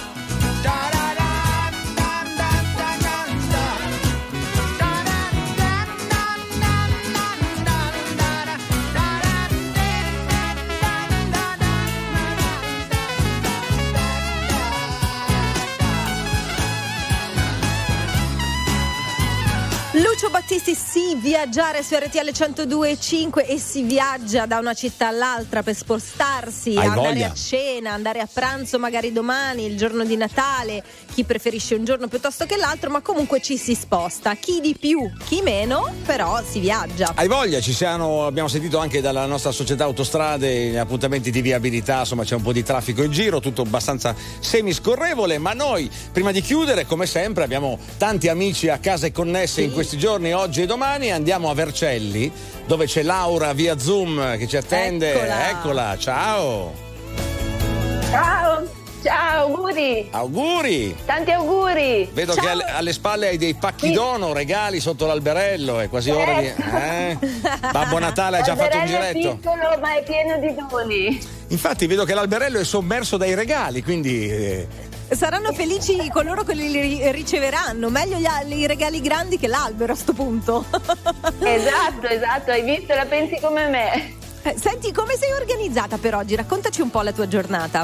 Lucio Battisti, sì, viaggiare su RTL 102.5, e si viaggia da una città all'altra per spostarsi, Hai andare voglia. a cena, andare a pranzo magari domani, il giorno di Natale, chi preferisce un giorno piuttosto che l'altro, ma comunque ci si sposta, chi di più, chi meno, però si viaggia. Hai voglia, abbiamo sentito anche dalla nostra società Autostrade appuntamenti di viabilità, insomma c'è un po' di traffico in giro, tutto abbastanza semiscorrevole, ma noi prima di chiudere, come sempre, abbiamo tanti amici a Case Connesse in questi giorni, oggi e domani. Andiamo a Vercelli, dove c'è Laura via Zoom che ci attende. Eccola, ciao. Ciao, auguri. Auguri. Tanti auguri. Vedo che alle spalle hai dei pacchi dono, regali sotto l'alberello, è quasi ora di... Babbo Natale ha già fatto un giretto. È piccolo ma è pieno di doni. Infatti vedo che l'alberello è sommerso dai regali, quindi... Saranno felici coloro che li riceveranno, meglio i regali grandi che l'albero a sto punto. Esatto, hai visto, la pensi come me. Senti, come sei organizzata per oggi? Raccontaci un po' la tua giornata.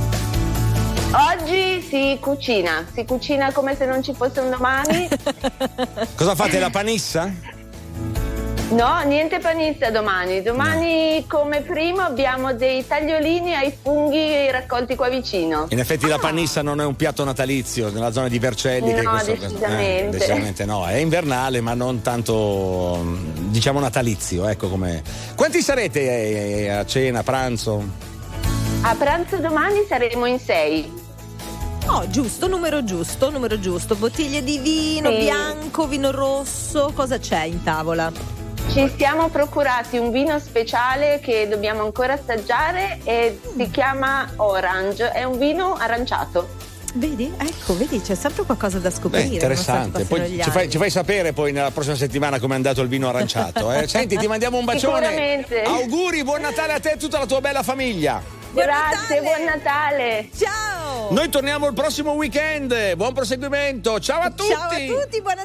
Oggi si cucina come se non ci fosse un domani. Cosa fate, la panissa? No, niente panissa domani. Domani come primo abbiamo dei tagliolini ai funghi raccolti qua vicino. In effetti la panissa non è un piatto natalizio nella zona di Vercelli. No, che decisamente. Decisamente no, è invernale ma non tanto diciamo natalizio, ecco come. Quanti sarete a cena, a pranzo? A pranzo domani saremo in 6. Oh, giusto, numero giusto. Bottiglie di vino, bianco, vino rosso, cosa c'è in tavola? Ci siamo procurati un vino speciale che dobbiamo ancora assaggiare e si chiama Orange, è un vino aranciato. Vedi? Ecco, c'è sempre qualcosa da scoprire. Interessante, poi ci fai sapere poi nella prossima settimana come è andato il vino aranciato. Senti, ti mandiamo un bacione. Sicuramente. Auguri, buon Natale a te e a tutta la tua bella famiglia. Grazie, buon Natale. Ciao. Noi torniamo il prossimo weekend. Buon proseguimento. Ciao a tutti. Ciao a tutti, buon Natale.